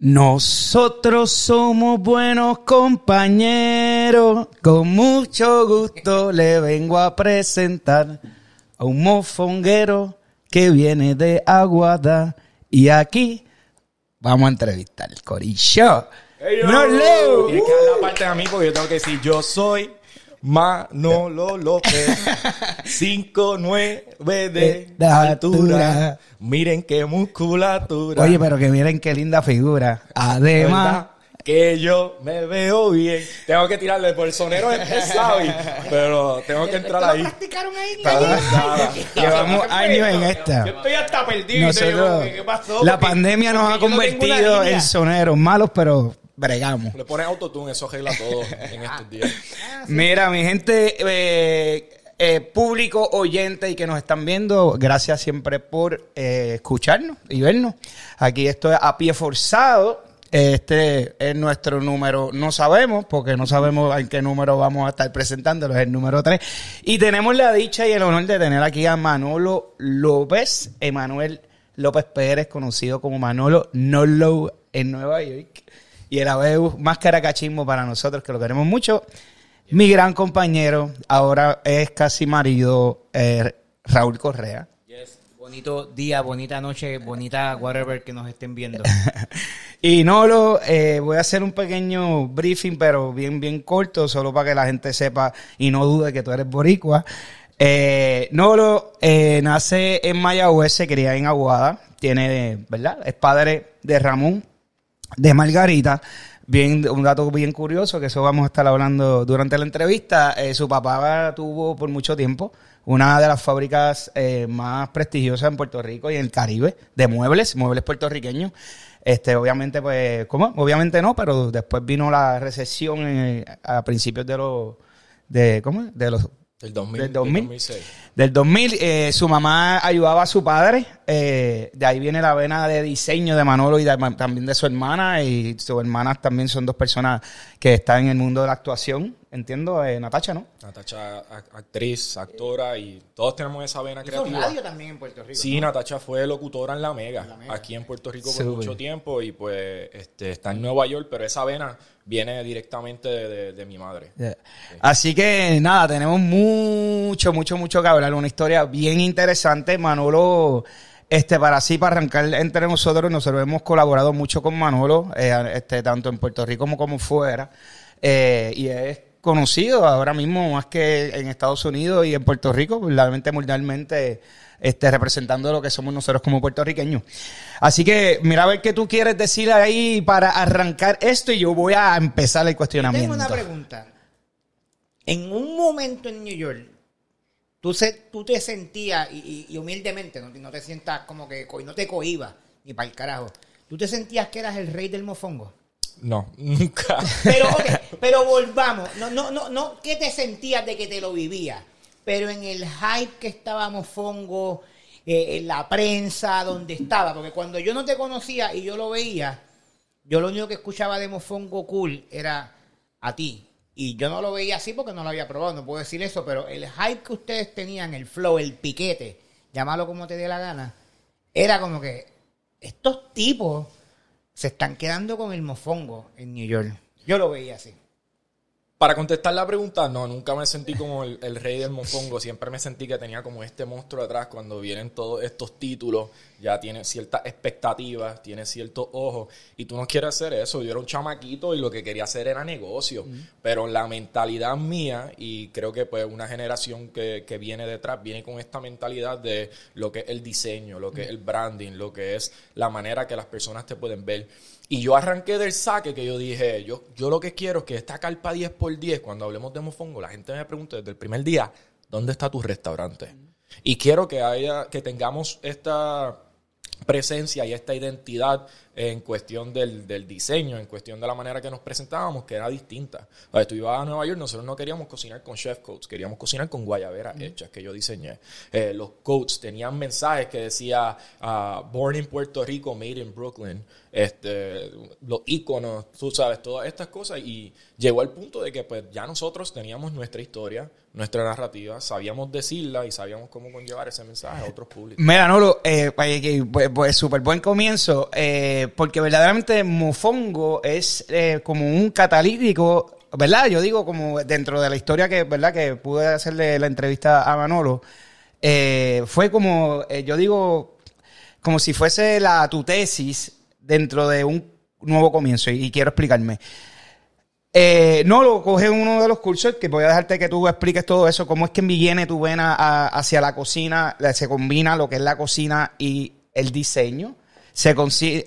Nosotros somos buenos compañeros, con mucho gusto le vengo a presentar a un mofonguero que viene de Aguada y aquí vamos a entrevistar al corillo. Hey, ¡Manolo! Tienes que dar la parte a mí porque yo tengo que decir, yo soy Manolo López, 5'9" de altura. Miren qué musculatura. Oye, pero que miren qué linda figura. Además, ¿verdad? Que yo me veo bien. Tengo que tirarle por el sonero es pesado, pero tengo que entrar ahí. ¿Practicaron ahí? llevamos años en esta. Yo estoy hasta perdido. Nosotros, ¿Qué pasó? la Porque- pandemia nos ha porque yo no tengo una convertido línea. en soneros malos, pero bregamos. Le pones autotune, eso arregla todo en estos días. Mira, mi gente, público, oyente y que nos están viendo, gracias siempre por escucharnos y vernos. Aquí esto es A Pie Forzado. Este es nuestro número, no sabemos, porque no sabemos en qué número vamos a estar presentándolo, es el número 3. Y tenemos la dicha y el honor de tener aquí a Manolo López, Emanuel López Pérez, conocido como Manolo Nolo en Nueva York. Y el Abeu, más caracachismo para nosotros, que lo queremos mucho. Mi gran compañero, ahora es casi marido, Raúl Correa. Yes. Bonito día, bonita noche, bonita whatever que nos estén viendo. Y Nolo, voy a hacer un pequeño briefing, pero bien corto, solo para que la gente sepa y no dude que tú eres boricua. Nolo nace en Mayagüez, se cría en Aguada, tiene, ¿verdad? Es padre de Ramón, de Margarita. Bien, un dato bien curioso, que eso vamos a estar hablando durante la entrevista. Su papá tuvo por mucho tiempo una de las fábricas más prestigiosas en Puerto Rico y en el Caribe, de muebles puertorriqueños. Obviamente, pues, ¿cómo? Obviamente no, pero después vino la recesión a principios de los, ¿cómo? De los Del 2000, del 2000. del 2006. Del 2000, su mamá ayudaba a su padre, de ahí viene la vena de diseño de Manolo y también de su hermana, y sus hermanas también son dos personas que están en el mundo de la actuación, entiendo, Natacha, ¿no? Natacha, actriz, actora, y todos tenemos esa vena Hizo creativa. radio también en Puerto Rico. Sí, ¿no? Natacha fue locutora en La Mega, aquí en Puerto Rico por Súper. mucho tiempo, y pues está en Nueva York, pero esa vena viene directamente de mi madre. Yeah. Así que nada, tenemos mucho que hablar, una historia bien interesante. Manolo, para arrancar entre nosotros hemos colaborado mucho con Manolo, tanto en Puerto Rico como fuera, y es conocido ahora mismo más que en Estados Unidos y en Puerto Rico, realmente mundialmente, representando lo que somos nosotros como puertorriqueños. Así que mira a ver qué tú quieres decir ahí para arrancar esto y yo voy a empezar el cuestionamiento. Tengo una pregunta. En un momento en New York, tú te sentías, y humildemente, no te sientas como que no te cohibas, ni para el carajo. ¿Tú te sentías que eras el rey del mofongo? No, nunca. Pero, pero volvamos. No, ¿qué te sentías de que te lo vivías? Pero en el hype que estaba mofongo, en la prensa, donde estaba. Porque cuando yo no te conocía y yo lo veía, yo lo único que escuchaba de mofongo cool era a ti. Y yo no lo veía así porque no lo había probado, no puedo decir eso, pero el hype que ustedes tenían, el flow, el piquete, llámalo como te dé la gana, era como que estos tipos se están quedando con el mofongo en New York. Yo lo veía así. Para contestar la pregunta, no, nunca me sentí como el rey del mofongo. Siempre me sentí que tenía como este monstruo atrás cuando vienen todos estos títulos. Ya tiene ciertas expectativas, tiene ciertos ojos. Y tú no quieres hacer eso. Yo era un chamaquito y lo que quería hacer era negocio. Pero la mentalidad mía, y creo que pues una generación que viene detrás, viene con esta mentalidad de lo que es el diseño, lo que es el branding, lo que es la manera que las personas te pueden ver. Y yo arranqué del saque que yo dije, yo lo que quiero es que esta carpa 10x10, cuando hablemos de mofongo, la gente me pregunte desde el primer día, ¿dónde está tu restaurante? Y quiero que tengamos esta presencia y esta identidad en cuestión del diseño, en cuestión de la manera que nos presentábamos, que era distinta. Cuando tú ibas a Nueva York, nosotros no queríamos cocinar con chef coats, queríamos cocinar con guayaberas hechas que yo diseñé. Los coats tenían mensajes que decía Born in Puerto Rico, Made in Brooklyn. Los íconos, tú sabes, todas estas cosas. Y llegó al punto de que pues ya nosotros teníamos nuestra historia, nuestra narrativa, sabíamos decirla y sabíamos cómo conllevar ese mensaje a otros públicos. Mira, Nolo, pues súper buen comienzo, porque verdaderamente Mofongo es como un catalítico, ¿verdad? Yo digo como dentro de la historia que, ¿verdad? Que pude hacerle la entrevista a Manolo, fue como, yo digo, como si fuese tu tesis dentro de un nuevo comienzo, y quiero explicarme. No, lo coges en uno de los cursos, que voy a dejarte que tú expliques todo eso, cómo es que viene tu vena hacia la cocina, se combina lo que es la cocina y el diseño, se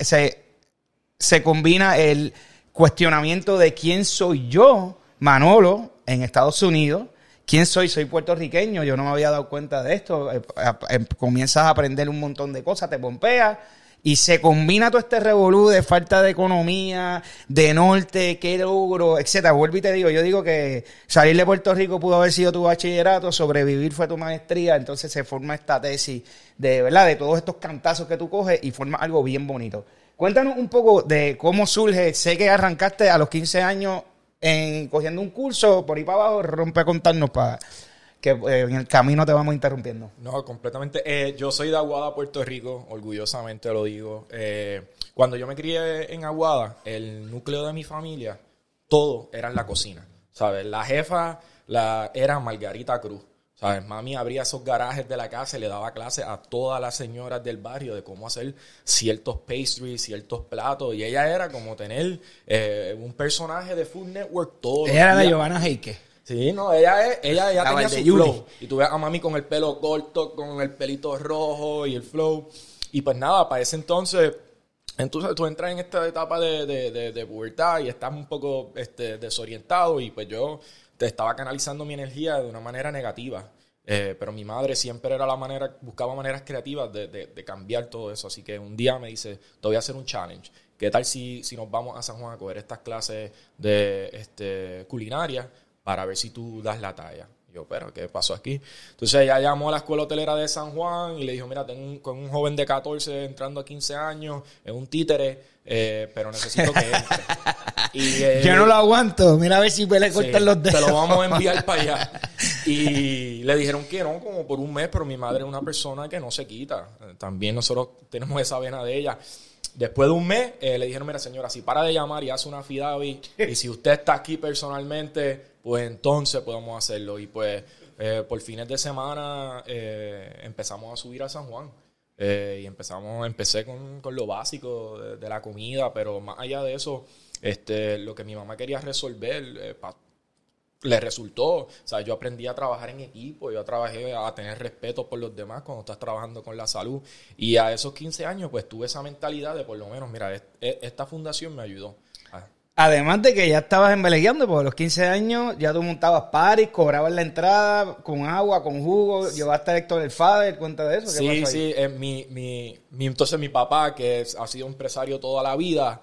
combina el cuestionamiento de quién soy yo, Manolo, en Estados Unidos, quién soy puertorriqueño, yo no me había dado cuenta de esto, comienzas a aprender un montón de cosas, te pompeas, y se combina todo este revolú de falta de economía, de norte, qué logro, etcétera. Vuelvo y te digo, yo digo que salir de Puerto Rico pudo haber sido tu bachillerato, sobrevivir fue tu maestría, entonces se forma esta tesis de, ¿verdad? De todos estos cantazos que tú coges y forma algo bien bonito. Cuéntanos un poco de cómo surge, sé que arrancaste a los 15 años cogiendo un curso, por ahí para abajo, rompe a contarnos para... que en el camino te vamos interrumpiendo. No, completamente. Yo soy de Aguada, Puerto Rico, orgullosamente lo digo. Cuando yo me crié en Aguada, el núcleo de mi familia, todo era en la cocina, ¿sabes? La jefa era Margarita Cruz, ¿sabes? Mami abría esos garajes de la casa y le daba clases a todas las señoras del barrio de cómo hacer ciertos pastries, ciertos platos. Y ella era como tener un personaje de Food Network todo. Ella era de Giovanna Heike. Sí, no, ella tenía su flow. Y tú ves a mami con el pelo corto, con el pelito rojo y el flow. Y pues nada, para ese entonces tú entras en esta etapa de pubertad y estás un poco desorientado. Y pues yo te estaba canalizando mi energía de una manera negativa. Pero mi madre siempre buscaba maneras creativas de cambiar todo eso. Así que un día me dice, te voy a hacer un challenge. ¿Qué tal si nos vamos a San Juan a coger estas clases de culinaria para ver si tú das la talla? Yo, pero ¿qué pasó aquí? Entonces ella llamó a la escuela hotelera de San Juan y le dijo, mira, tengo con un joven de 14 entrando a 15 años, es un títere, pero necesito que entre. Y, yo no lo aguanto, mira a ver si me le cortan los dedos. Te lo vamos a enviar para allá. Y le dijeron que no, como por un mes, pero mi madre es una persona que no se quita. También nosotros tenemos esa vena de ella. Después de un mes, le dijeron, mira señora, si para de llamar y hace una affidavit, y si usted está aquí personalmente, pues entonces podemos hacerlo. Y pues por fines de semana empezamos a subir a San Juan. Y empecé con lo básico de la comida, pero más allá de eso, lo que mi mamá quería resolver, le resultó. O sea, yo aprendí a trabajar en equipo, yo trabajé a tener respeto por los demás cuando estás trabajando con la salud. Y a esos 15 años, pues tuve esa mentalidad de por lo menos, mira, esta fundación me ayudó. Además de que ya estabas embelegueando, porque a los 15 años ya tú montabas parties, cobrabas la entrada con agua, con jugo, llevaste a Héctor el Fader, cuenta de eso. ¿Qué pasó ahí? Sí, entonces mi papá, que ha sido empresario toda la vida,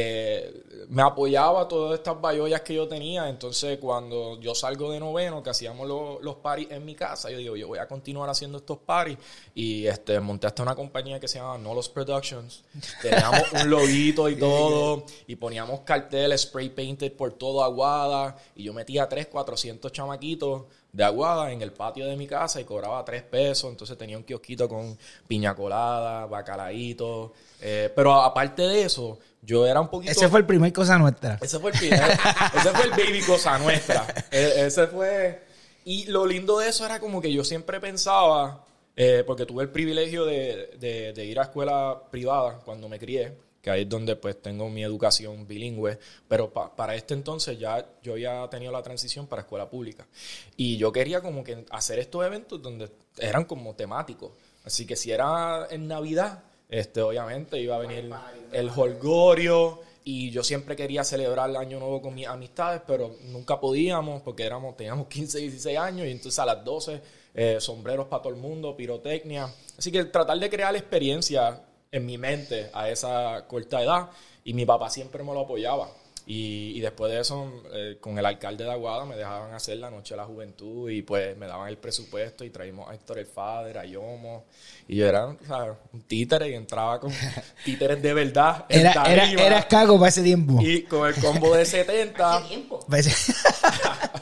me apoyaba todas estas bayollas que yo tenía. Entonces cuando yo salgo de noveno, que hacíamos los parties en mi casa, yo digo, yo voy a continuar haciendo estos parties. Y monté hasta una compañía que se llama Nolos Productions. Teníamos un loguito y todo, y poníamos carteles spray painted por todo Aguada, y yo metía 400 chamaquitos de Aguada en el patio de mi casa y cobraba $3. Entonces tenía un kiosquito con piña colada, bacalaíto. Pero aparte de eso, yo era un poquito... Ese fue el primer Cosa Nuestra. Ese fue el baby Cosa Nuestra. Ese fue... Y lo lindo de eso era como que yo siempre pensaba, porque tuve el privilegio de ir a escuela privada cuando me crié, que ahí es donde pues tengo mi educación bilingüe, pero para este entonces ya yo había tenido la transición para escuela pública. Y yo quería como que hacer estos eventos donde eran como temáticos. Así que si era en Navidad, obviamente iba a venir el jolgorio, y yo siempre quería celebrar el Año Nuevo con mis amistades, pero nunca podíamos porque teníamos 15, 16 años, y entonces a las 12 sombreros para todo el mundo, pirotecnia. Así que tratar de crear experiencia en mi mente a esa corta edad, y mi papá siempre me lo apoyaba. Y después de eso, con el alcalde de Aguada me dejaban hacer la Noche de la Juventud, y pues me daban el presupuesto y traímos a Héctor el Fader, a Yomo, y yo era, un títere, y entraba con títeres de verdad. Eras cago para ese tiempo. Y con el combo de 70. ¿Hace tiempo?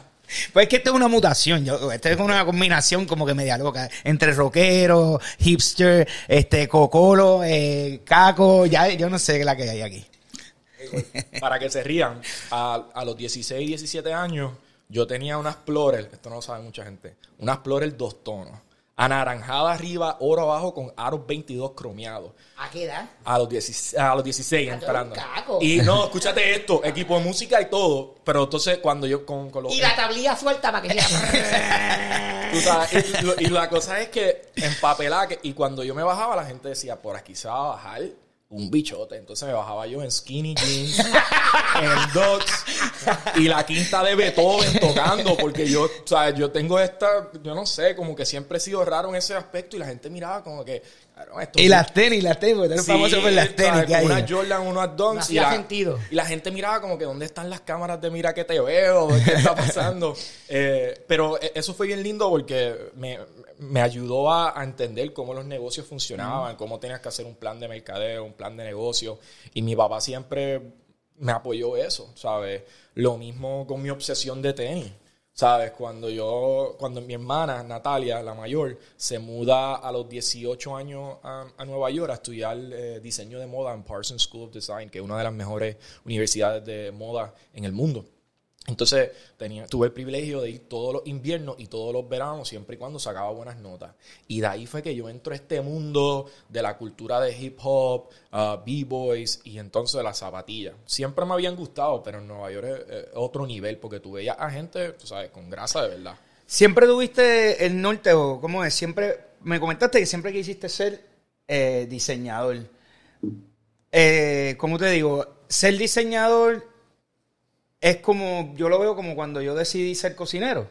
Pues es que esto es una mutación. Esto es una combinación como que media loca. Entre rockero, hipster, cocolo, caco. Ya, yo no sé qué es la que hay aquí. Para que se rían, a los 16, 17 años, yo tenía una Explorer, esto no lo sabe mucha gente, una Explorer 2 tonos, anaranjada arriba, oro abajo, con aros 22 cromeados. ¿A qué edad? A los 16 entrando. Caco. Y no, escúchate esto, equipo de música y todo, pero entonces cuando yo con los... Y la tablilla suelta para que sea... Tú sabes, y la cosa es que empapelada, y cuando yo me bajaba, la gente decía, por aquí se va a bajar un bichote. Entonces me bajaba yo en skinny jeans, en Docs, y la quinta de Beethoven tocando, porque yo, o sea, yo tengo yo no sé, como que siempre he sido raro en ese aspecto, y la gente miraba como que... Claro, y las tenis, porque eres famoso por las tenis. Como una Jordan, unos Dunks. No hacía sentido. Y la gente miraba como que, ¿dónde están las cámaras de mira que te veo? ¿Qué está pasando? Pero eso fue bien lindo porque me ayudó a entender cómo los negocios funcionaban, cómo tenías que hacer un plan de mercadeo, un plan de negocio. Y mi papá siempre me apoyó eso, ¿sabes? Lo mismo con mi obsesión de tenis. ¿Sabes? Cuando mi hermana, Natalia, la mayor, se muda a los 18 años a Nueva York a estudiar diseño de moda en Parsons School of Design, que es una de las mejores universidades de moda en el mundo. Entonces, tuve el privilegio de ir todos los inviernos y todos los veranos, siempre y cuando sacaba buenas notas. Y de ahí fue que yo entro a este mundo de la cultura de hip hop, b-boys y entonces las zapatillas. Siempre me habían gustado, pero en Nueva York es otro nivel, porque tú veías a gente, tú sabes, con grasa de verdad. ¿Siempre tuviste el norte o cómo es? Siempre me comentaste que siempre quisiste ser diseñador. ¿Cómo te digo? Ser diseñador... Es como, yo lo veo como cuando yo decidí ser cocinero.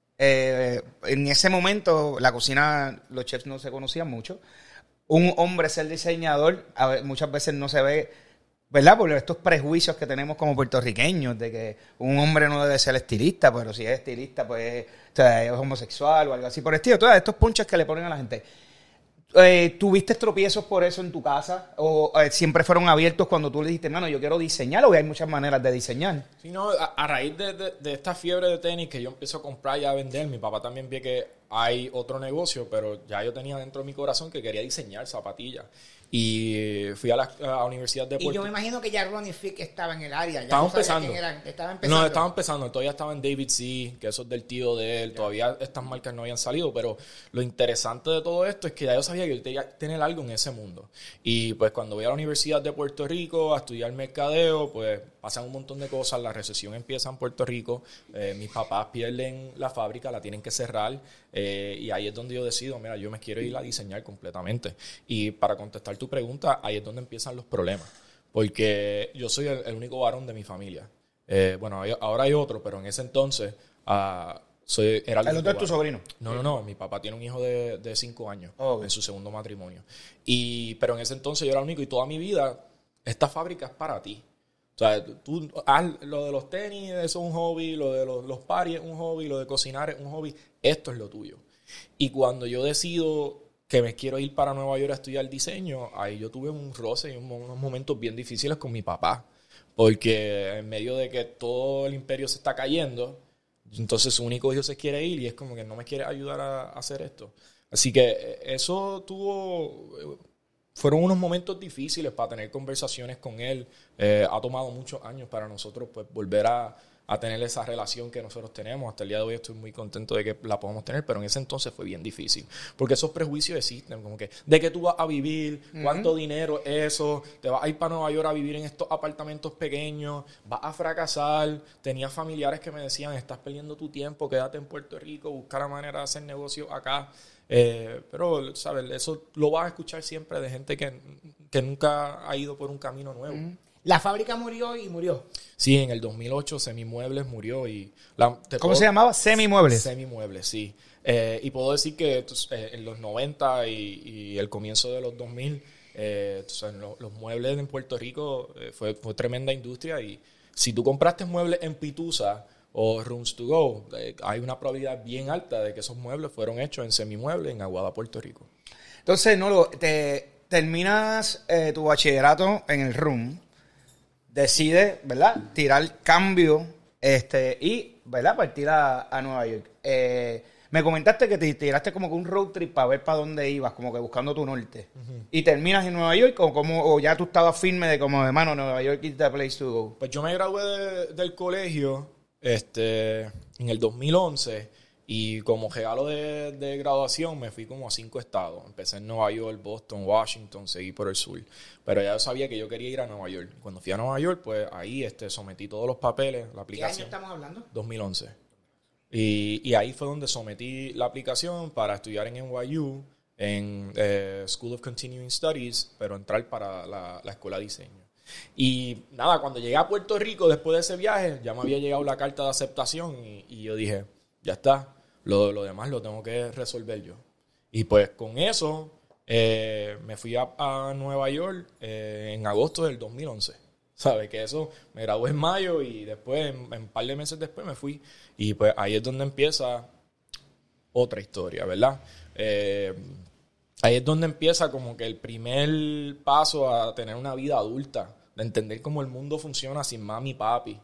En ese momento, la cocina, los chefs no se conocían mucho. Un hombre ser diseñador, muchas veces no se ve, ¿verdad? Por estos prejuicios que tenemos como puertorriqueños, de que un hombre no debe ser estilista, pero si es estilista, pues o sea, es homosexual o algo así por el estilo. Todos estos punches que le ponen a la gente. ¿Tuviste tropiezos por eso en tu casa? ¿O siempre fueron abiertos cuando tú le dijiste, mano, yo quiero diseñar? ¿O hay muchas maneras de diseñar? Sí, no, a raíz de esta fiebre de tenis que yo empiezo a comprar y a vender, mi papá también vio que hay otro negocio, pero ya yo tenía dentro de mi corazón que quería diseñar zapatillas. Y fui a la Universidad de Puerto Rico. Y yo me imagino que ya Ronnie Fick estaba en el área. Estaba empezando. Estaba empezando. No, estaba empezando. Todavía estaba en David C., que eso es del tío de él. Todavía estas marcas no habían salido. Pero lo interesante de todo esto es que ya yo sabía que yo tenía que tener algo en ese mundo. Y pues cuando voy a la Universidad de Puerto Rico a estudiar mercadeo, pues pasan un montón de cosas. La recesión empieza en Puerto Rico. Mis papás pierden la fábrica, la tienen que cerrar. Y ahí es donde yo decido, mira, yo me quiero ir a diseñar completamente. Y para contestar tu pregunta, ahí es donde empiezan los problemas. Porque yo soy el único varón de mi familia. Bueno, ahora hay otro, pero en ese entonces era ¿El otro es tu sobrino? No. Mi papá tiene un hijo de 5 años en su segundo matrimonio. Pero en ese entonces yo era el único y toda mi vida, esta fábrica es para ti. O sea, tú haz lo de los tenis, eso es un hobby, lo de los parties es un hobby, lo de cocinar es un hobby, esto es lo tuyo. Y cuando yo decido que me quiero ir para Nueva York a estudiar diseño, ahí yo tuve un roce y unos momentos bien difíciles con mi papá. Porque en medio de que todo el imperio se está cayendo, entonces su único hijo se quiere ir y es como que no me quiere ayudar a hacer esto. Así que eso fueron unos momentos difíciles para tener conversaciones con él. Ha tomado muchos años para nosotros pues volver a tener esa relación que nosotros tenemos. Hasta el día de hoy estoy muy contento de que la podamos tener, pero en ese entonces fue bien difícil. Porque esos prejuicios existen, como que de qué tú vas a vivir, cuánto dinero es eso, te vas a ir para Nueva York a vivir en estos apartamentos pequeños, vas a fracasar. Tenía familiares que me decían, estás perdiendo tu tiempo, quédate en Puerto Rico, busca la manera de hacer negocio acá. Pero, ¿sabes? Eso lo vas a escuchar siempre de gente que nunca ha ido por un camino nuevo. La fábrica murió y murió. Sí, en el 2008 Semimuebles murió. ¿Cómo se llamaba? Semimuebles. Semimuebles, sí. Y puedo decir que en los 90 y el comienzo de los 2000, los muebles en Puerto Rico fue tremenda industria. Y si tú compraste muebles en Pitusa o Rooms to Go, hay una probabilidad bien alta de que esos muebles fueron hechos en Semimuebles en Aguada, Puerto Rico. Entonces, terminas tu bachillerato en el RUM, decides, ¿verdad?, tirar cambio Y, ¿verdad? Partir a Nueva York. Me comentaste que te tiraste como que un road trip para ver para dónde ibas, como que buscando tu norte. Y terminas en Nueva York, o ya tú estabas firme de como, hermano, Nueva York is the place to go. Pues yo me gradué del colegio en el 2011 y como regalo de graduación me fui como a 5 estados. Empecé en Nueva York, Boston, Washington, seguí por el sur. Pero ya yo sabía que yo quería ir a Nueva York. Cuando fui a Nueva York, pues ahí sometí todos los papeles, la aplicación. ¿Qué año estamos hablando? 2011. Y ahí fue donde sometí la aplicación para estudiar en NYU, en School of Continuing Studies, pero entrar para la escuela de diseño. Y nada, cuando llegué a Puerto Rico después de ese viaje, ya me había llegado la carta de aceptación y yo dije, ya está, lo demás lo tengo que resolver yo. Y pues con eso me fui a Nueva York en agosto del 2011. ¿Sabes? Que eso me gradué en mayo y después, en un par de meses después me fui. Y pues ahí es donde empieza otra historia, ¿verdad? Ahí es donde empieza como que el primer paso a tener una vida adulta, de entender cómo el mundo funciona sin mami y papi.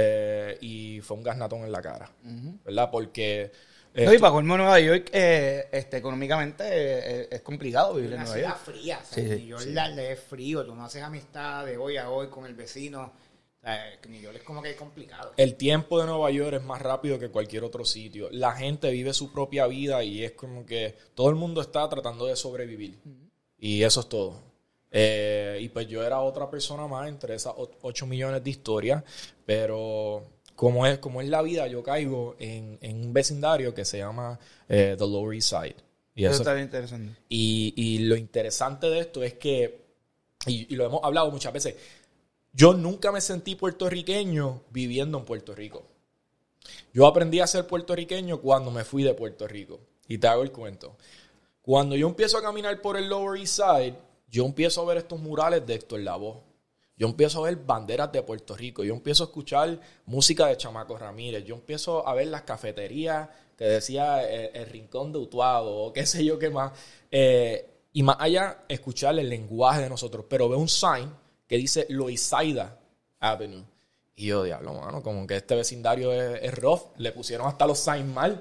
Y fue un garnatón en la cara, ¿verdad? Porque... No, y para colmo Nueva York, económicamente es complicado vivir en Nueva York. Una ciudad fría, o sea, Sí, New York es frío, tú no haces amistad de hoy a hoy con el vecino. O sea, New York es como que es complicado. El tiempo de Nueva York es más rápido que cualquier otro sitio. La gente vive su propia vida y es como que todo el mundo está tratando de sobrevivir. Y eso es todo. Y pues yo era otra persona más entre esas 8 millones de historias, pero como es la vida, yo caigo en un vecindario que se llama The Lower East Side. Y Eso está bien interesante. Y lo interesante de esto es que, y lo hemos hablado muchas veces, yo nunca me sentí puertorriqueño viviendo en Puerto Rico. Yo aprendí a ser puertorriqueño cuando me fui de Puerto Rico. Y te hago el cuento. Cuando yo empiezo a caminar por el Lower East Side, yo empiezo a ver estos murales de Héctor Lavoe. Yo empiezo a ver banderas de Puerto Rico. Yo empiezo a escuchar música de Chamaco Ramírez. Yo empiezo a ver las cafeterías que decía el Rincón de Utuado o qué sé yo qué más. Y más allá, escuchar el lenguaje de nosotros. Pero veo un sign que dice Loisaida Avenue. Y yo, diablo, mano, como que este vecindario es rough. Le pusieron hasta los signs mal.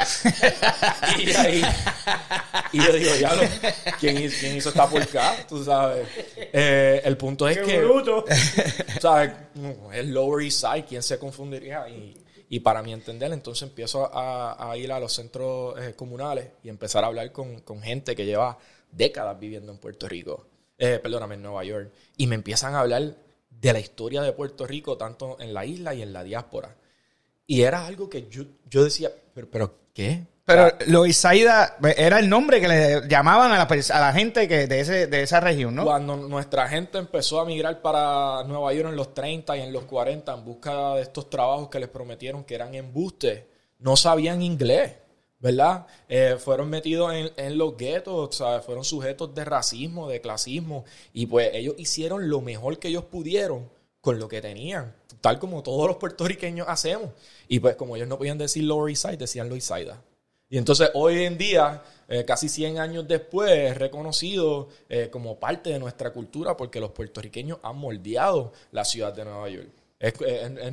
y yo digo, diablo, ¿quién hizo esta porca? Tú sabes. El punto es que... bruto! ¿Sabes? Es Lower East Side. ¿Quién se confundiría? Y para mi entender, entonces empiezo a ir a los centros comunales y empezar a hablar con gente que lleva décadas viviendo en Puerto Rico. Perdóname, en Nueva York. Y me empiezan a hablar de la historia de Puerto Rico, tanto en la isla y en la diáspora. Y era algo que yo decía, ¿pero qué? Pero Loisaida era el nombre que le llamaban a la gente que de esa región, ¿no? Cuando nuestra gente empezó a migrar para Nueva York en los 30 y en los 40 en busca de estos trabajos que les prometieron que eran embustes, no sabían inglés, ¿verdad? Fueron metidos en los guetos, ¿sabes? Fueron sujetos de racismo, de clasismo, y pues ellos hicieron lo mejor que ellos pudieron con lo que tenían, tal como todos los puertorriqueños hacemos. Y pues como ellos no podían decir Lower East Side, decían Loisaida. Y entonces hoy en día, casi 100 años después, es reconocido como parte de nuestra cultura porque los puertorriqueños han moldeado la ciudad de Nueva York. Es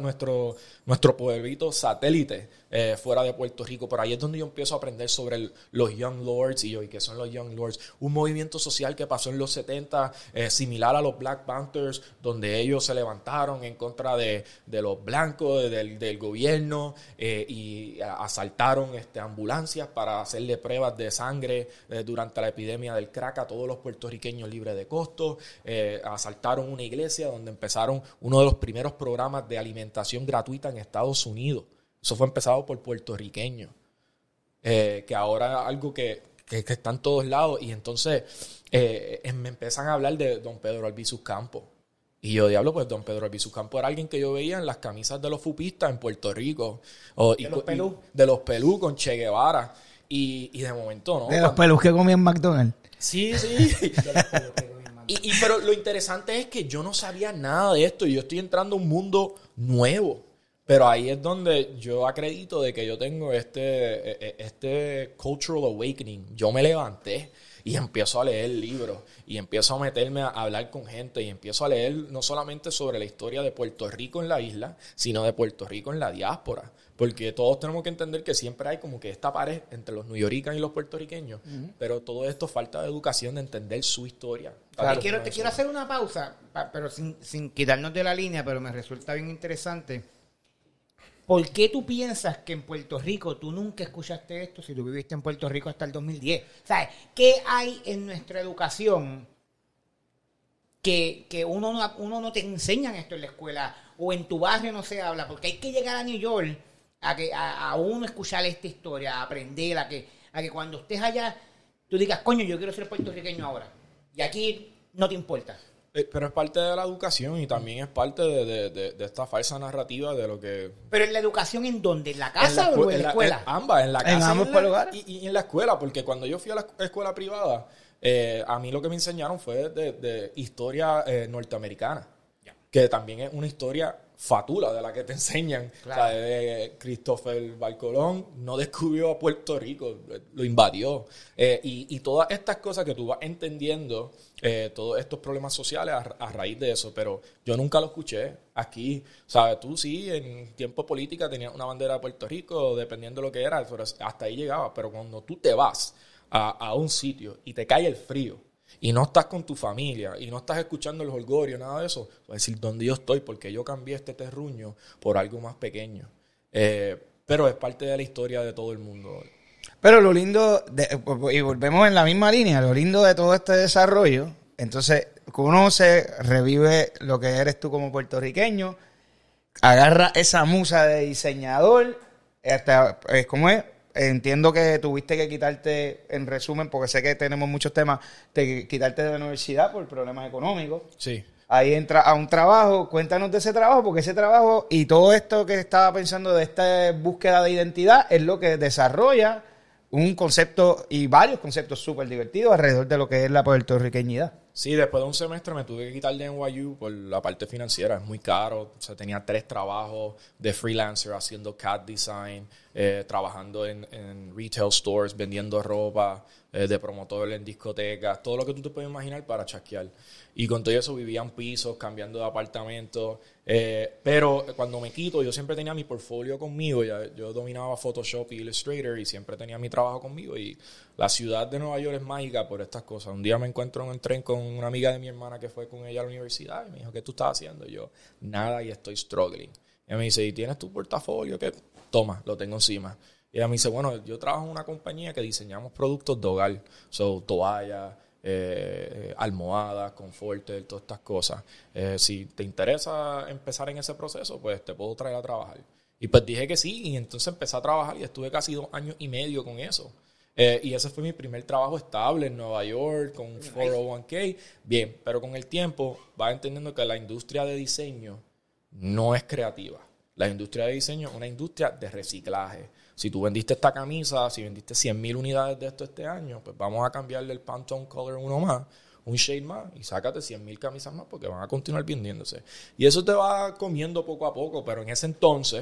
nuestro pueblito satélite fuera de Puerto Rico. Por ahí es donde yo empiezo a aprender sobre los Young Lords y qué son los Young Lords. Un movimiento social que pasó en los 70, similar a los Black Panthers, donde ellos se levantaron en contra de los blancos, del gobierno, y asaltaron ambulancias para hacerle pruebas de sangre durante la epidemia del crack a todos los puertorriqueños libres de costo. Asaltaron una iglesia donde empezaron uno de los primeros programas de alimentación gratuita en Estados Unidos. Eso fue empezado por puertorriqueños, que ahora es algo que está en todos lados. Y entonces me empiezan a hablar de don Pedro Albizu Campos. Y yo, diablo, pues don Pedro Albizu Campos era alguien que yo veía en las camisas de los fupistas en Puerto Rico. De los pelú con Che Guevara. Y de momento, ¿no? De los pelús que comían McDonald's. Sí. Pero lo interesante es que yo no sabía nada de esto y yo estoy entrando a un mundo nuevo. Pero ahí es donde yo acredito de que yo tengo este cultural awakening. Yo me levanté Y empiezo a leer libros y empiezo a meterme a hablar con gente y empiezo a leer no solamente sobre la historia de Puerto Rico en la isla, sino de Puerto Rico en la diáspora. Porque todos tenemos que entender que siempre hay como que esta pared entre los newyoricans y los puertorriqueños, pero todo esto falta de educación, de entender su historia. Claro. Te quiero hacer una pausa, pero sin quitarnos de la línea, pero me resulta bien interesante. ¿Por qué tú piensas que en Puerto Rico tú nunca escuchaste esto si tú viviste en Puerto Rico hasta el 2010? ¿Sabes? ¿Qué hay en nuestra educación que uno no te enseñan esto en la escuela o en tu barrio no se habla? Porque hay que llegar a New York a uno escuchar esta historia, a aprender, a que cuando estés allá tú digas, coño, yo quiero ser puertorriqueño ahora. Y aquí no te importa. Pero es parte de la educación y también es parte de esta falsa narrativa de lo que... ¿Pero en la educación en dónde? ¿En la casa o en la escuela? Ambas, en la casa en ambos lugares. Y en la escuela, porque cuando yo fui a la escuela privada, a mí lo que me enseñaron fue de historia norteamericana, que también es una historia fatula de la que te enseñan. Claro. O sea, Cristóbal Colón no descubrió a Puerto Rico, lo invadió. Y todas estas cosas que tú vas entendiendo, todos estos problemas sociales a raíz de eso, pero yo nunca lo escuché aquí. ¿Sabes? Tú sí, en tiempo de política tenías una bandera de Puerto Rico, dependiendo de lo que era, pero hasta ahí llegaba. Pero cuando tú te vas a un sitio y te cae el frío, y no estás con tu familia, y no estás escuchando el jolgorio, nada de eso, vas a decir, ¿dónde yo estoy? Porque yo cambié este terruño por algo más pequeño. Pero es parte de la historia de todo el mundo. Pero lo lindo, y volvemos en la misma línea, lo lindo de todo este desarrollo, entonces conoce, revive lo que eres tú como puertorriqueño, agarra esa musa de diseñador, hasta, ¿cómo es? Entiendo que tuviste que quitarte, en resumen, porque sé que tenemos muchos temas, quitarte de la universidad por problemas económicos. Sí. Ahí entra a un trabajo. Cuéntanos de ese trabajo, porque ese trabajo y todo esto que estaba pensando de esta búsqueda de identidad es lo que desarrolla un concepto y varios conceptos súper divertidos alrededor de lo que es la puertorriqueñidad. Sí, después de un semestre me tuve que quitar de NYU por la parte financiera. Es muy caro. O sea, tenía 3 trabajos de freelancer haciendo CAD design, trabajando en retail stores, vendiendo ropa, de promotor en discotecas, todo lo que tú te puedes imaginar para chasquear. Y con todo eso vivía en pisos, cambiando de apartamento. Pero cuando me quito, yo siempre tenía mi portfolio conmigo. Yo dominaba Photoshop y Illustrator y siempre tenía mi trabajo conmigo. Y la ciudad de Nueva York es mágica por estas cosas. Un día me encuentro en un tren con una amiga de mi hermana que fue con ella a la universidad y me dijo, ¿qué tú estás haciendo? Y yo, nada, y estoy struggling. Y ella me dice, ¿y tienes tu portafolio? ¿Qué? Toma, lo tengo encima. Y ella me dice, bueno, yo trabajo en una compañía que diseñamos productos de hogar. So, toallas, almohadas, confortes, todas estas cosas. Si te interesa empezar en ese proceso, pues te puedo traer a trabajar. Y pues dije que sí, y entonces empecé a trabajar y estuve casi 2 años y medio con eso. Y ese fue mi primer trabajo estable en Nueva York, con 401k. Bien, pero con el tiempo vas entendiendo que la industria de diseño no es creativa. La industria de diseño es una industria de reciclaje. Si tú vendiste esta camisa, si vendiste 100,000 unidades de esto este año, pues vamos a cambiarle el Pantone Color uno más, un shade más, y sácate 100,000 camisas más porque van a continuar vendiéndose. Y eso te va comiendo poco a poco, pero en ese entonces,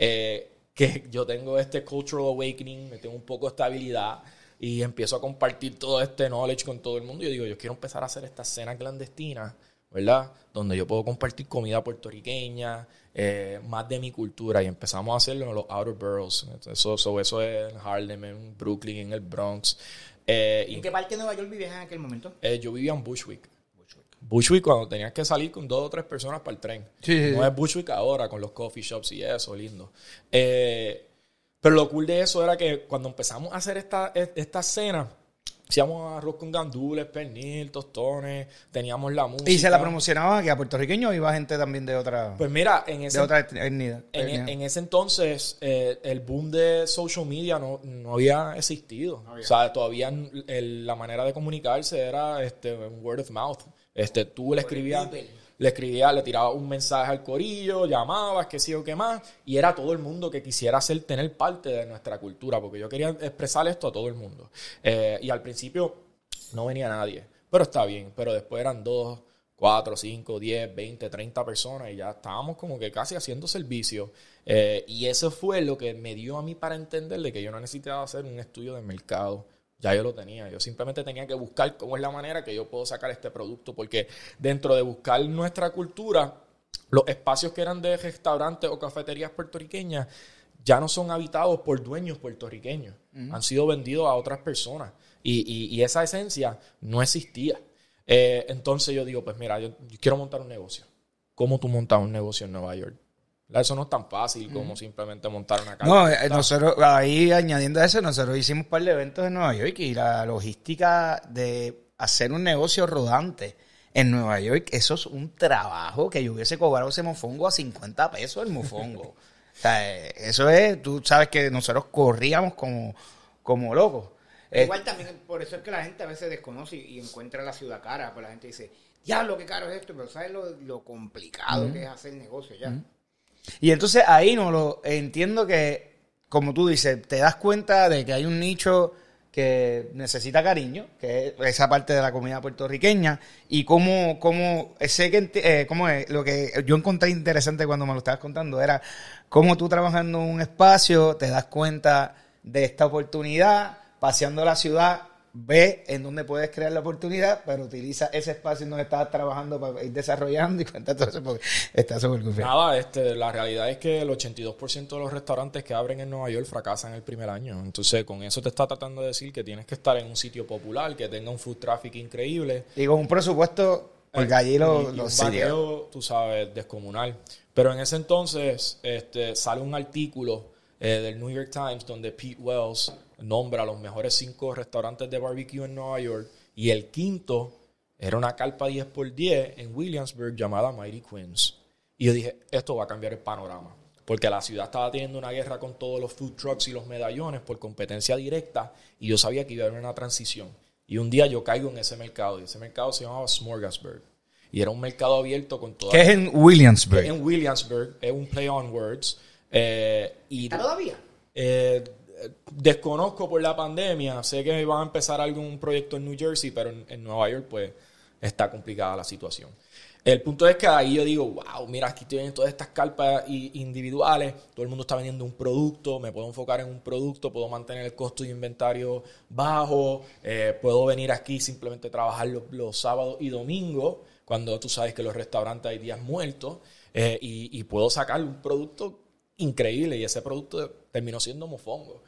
que yo tengo este cultural awakening, me tengo un poco de estabilidad y empiezo a compartir todo este knowledge con todo el mundo. Yo digo, yo quiero empezar a hacer estas cenas clandestinas, ¿verdad? Donde yo puedo compartir comida puertorriqueña, más de mi cultura, y empezamos a hacerlo en los outer boroughs. Eso es en Harlem, en Brooklyn, en el Bronx. ¿En qué parte de Nueva York vivías en aquel momento? Yo vivía en Bushwick. Bushwick cuando tenías que salir con 2 o 3 personas para el tren. Sí. No es Bushwick ahora con los coffee shops y eso, lindo. Pero lo cool de eso era que cuando empezamos a hacer esta cena, hacíamos arroz con gandules, pernil, tostones, teníamos la música. Y se la promocionaba que a puertorriqueños iba gente también de otra, pues mira, en otra etnia. En ese entonces el boom de social media no había existido. O sea, todavía la manera de comunicarse era un word of mouth. Tú le escribías, le tirabas un mensaje al corillo, llamabas, qué sé yo, qué más, y era todo el mundo que quisiera tener parte de nuestra cultura, porque yo quería expresar esto a todo el mundo. Y al principio no venía nadie, pero está bien, pero después eran 2, 4, 5, 10, 20, 30 personas y ya estábamos como que casi haciendo servicio. Y eso fue lo que me dio a mí para entender de que yo no necesitaba hacer un estudio de mercado Ya yo lo tenía. Yo simplemente tenía que buscar cómo es la manera que yo puedo sacar este producto. Porque dentro de buscar nuestra cultura, los espacios que eran de restaurantes o cafeterías puertorriqueñas ya no son habitados por dueños puertorriqueños. Han sido vendidos a otras personas. Y esa esencia no existía. Entonces yo digo, pues mira, yo quiero montar un negocio. ¿Cómo tú montas un negocio en Nueva York? Eso no es tan fácil como simplemente montar una casa. No, nosotros, ahí añadiendo a eso, nosotros hicimos un par de eventos en Nueva York y la logística de hacer un negocio rodante en Nueva York, eso es un trabajo que yo hubiese cobrado ese mofongo a 50 pesos el mofongo. O sea, eso es, tú sabes que nosotros corríamos como locos. Igual también, por eso es que la gente a veces desconoce y encuentra la ciudad cara, pues la gente dice, diablo, qué caro es esto, pero sabes lo complicado que es hacer negocio ya. Y entonces ahí no lo entiendo que, como tú dices, te das cuenta de que hay un nicho que necesita cariño, que es esa parte de la comida puertorriqueña, y cómo sé que cómo es, lo que yo encontré interesante cuando me lo estabas contando era cómo tú trabajando en un espacio te das cuenta de esta oportunidad, paseando la ciudad, ve en dónde puedes crear la oportunidad, pero utiliza ese espacio en donde estás trabajando para ir desarrollando y cuenta todo eso porque está súper confiado. Nada, la realidad es que el 82% de los restaurantes que abren en Nueva York fracasan el primer año. Entonces, con eso te está tratando de decir que tienes que estar en un sitio popular, que tenga un food traffic increíble. Y con un presupuesto, porque allí y los un sitios. vaqueo, tú sabes, descomunal. Pero en ese entonces sale un artículo del New York Times donde Pete Wells nombra los mejores 5 restaurantes de barbecue en Nueva York y el quinto era una carpa 10x10 en Williamsburg llamada Mighty Queens. Y yo dije, esto va a cambiar el panorama. Porque la ciudad estaba teniendo una guerra con todos los food trucks y los medallones por competencia directa y yo sabía que iba a haber una transición. Y un día yo caigo en ese mercado y ese mercado se llamaba Smorgasburg. Y era un mercado abierto con toda... ¿Qué es en Williamsburg? En Williamsburg, es un play on words. ¿Está todavía? Desconozco por la pandemia, sé que van a empezar algún proyecto en New Jersey, pero en Nueva York pues está complicada la situación. El punto es que ahí yo digo, wow, mira, aquí tienen todas estas carpas individuales, todo el mundo está vendiendo un producto, me puedo enfocar en un producto, puedo mantener el costo de inventario bajo, puedo venir aquí simplemente trabajar los sábados y domingos, cuando tú sabes que los restaurantes hay días muertos, y puedo sacar un producto increíble y ese producto terminó siendo mofongo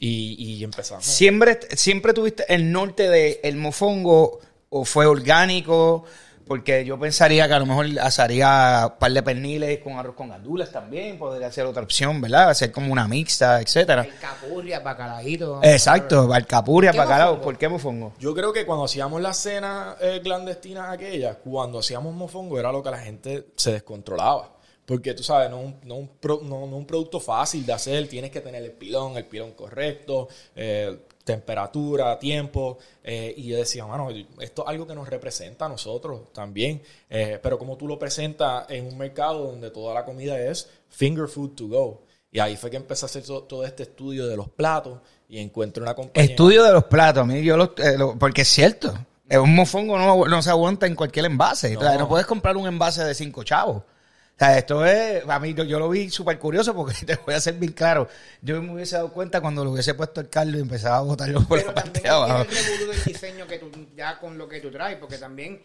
y empezamos. ¿Siempre tuviste el norte del mofongo o fue orgánico? Porque yo pensaría que a lo mejor asaría un par de perniles con arroz con gandules también, podría ser otra opción, ¿verdad? Hacer como una mixta, etcétera. Alcapurria, bacalaíto. Exacto, alcapurria, bacalao. mofongo? ¿Por qué mofongo? Yo creo que cuando hacíamos las cenas clandestinas aquellas, cuando hacíamos mofongo era lo que la gente se descontrolaba. Porque tú sabes, no un producto fácil de hacer, tienes que tener el pilón correcto, temperatura, tiempo, y yo decía, mano, esto es algo que nos representa a nosotros también, pero como tú lo presentas en un mercado donde toda la comida es finger food to go, y ahí fue que empecé a hacer todo este estudio de los platos y encuentro una compañía. Estudio de los platos, a mí porque es cierto, un mofongo no se aguanta en cualquier envase, no puedes comprar un envase de 5 chavos. O sea, esto es, a mí yo lo vi súper curioso porque te voy a ser bien claro. Yo me hubiese dado cuenta cuando lo hubiese puesto el Carlos y empezaba a botarlo por la parte de abajo. Pero también el del diseño que tú, ya con lo que tú traes, porque también,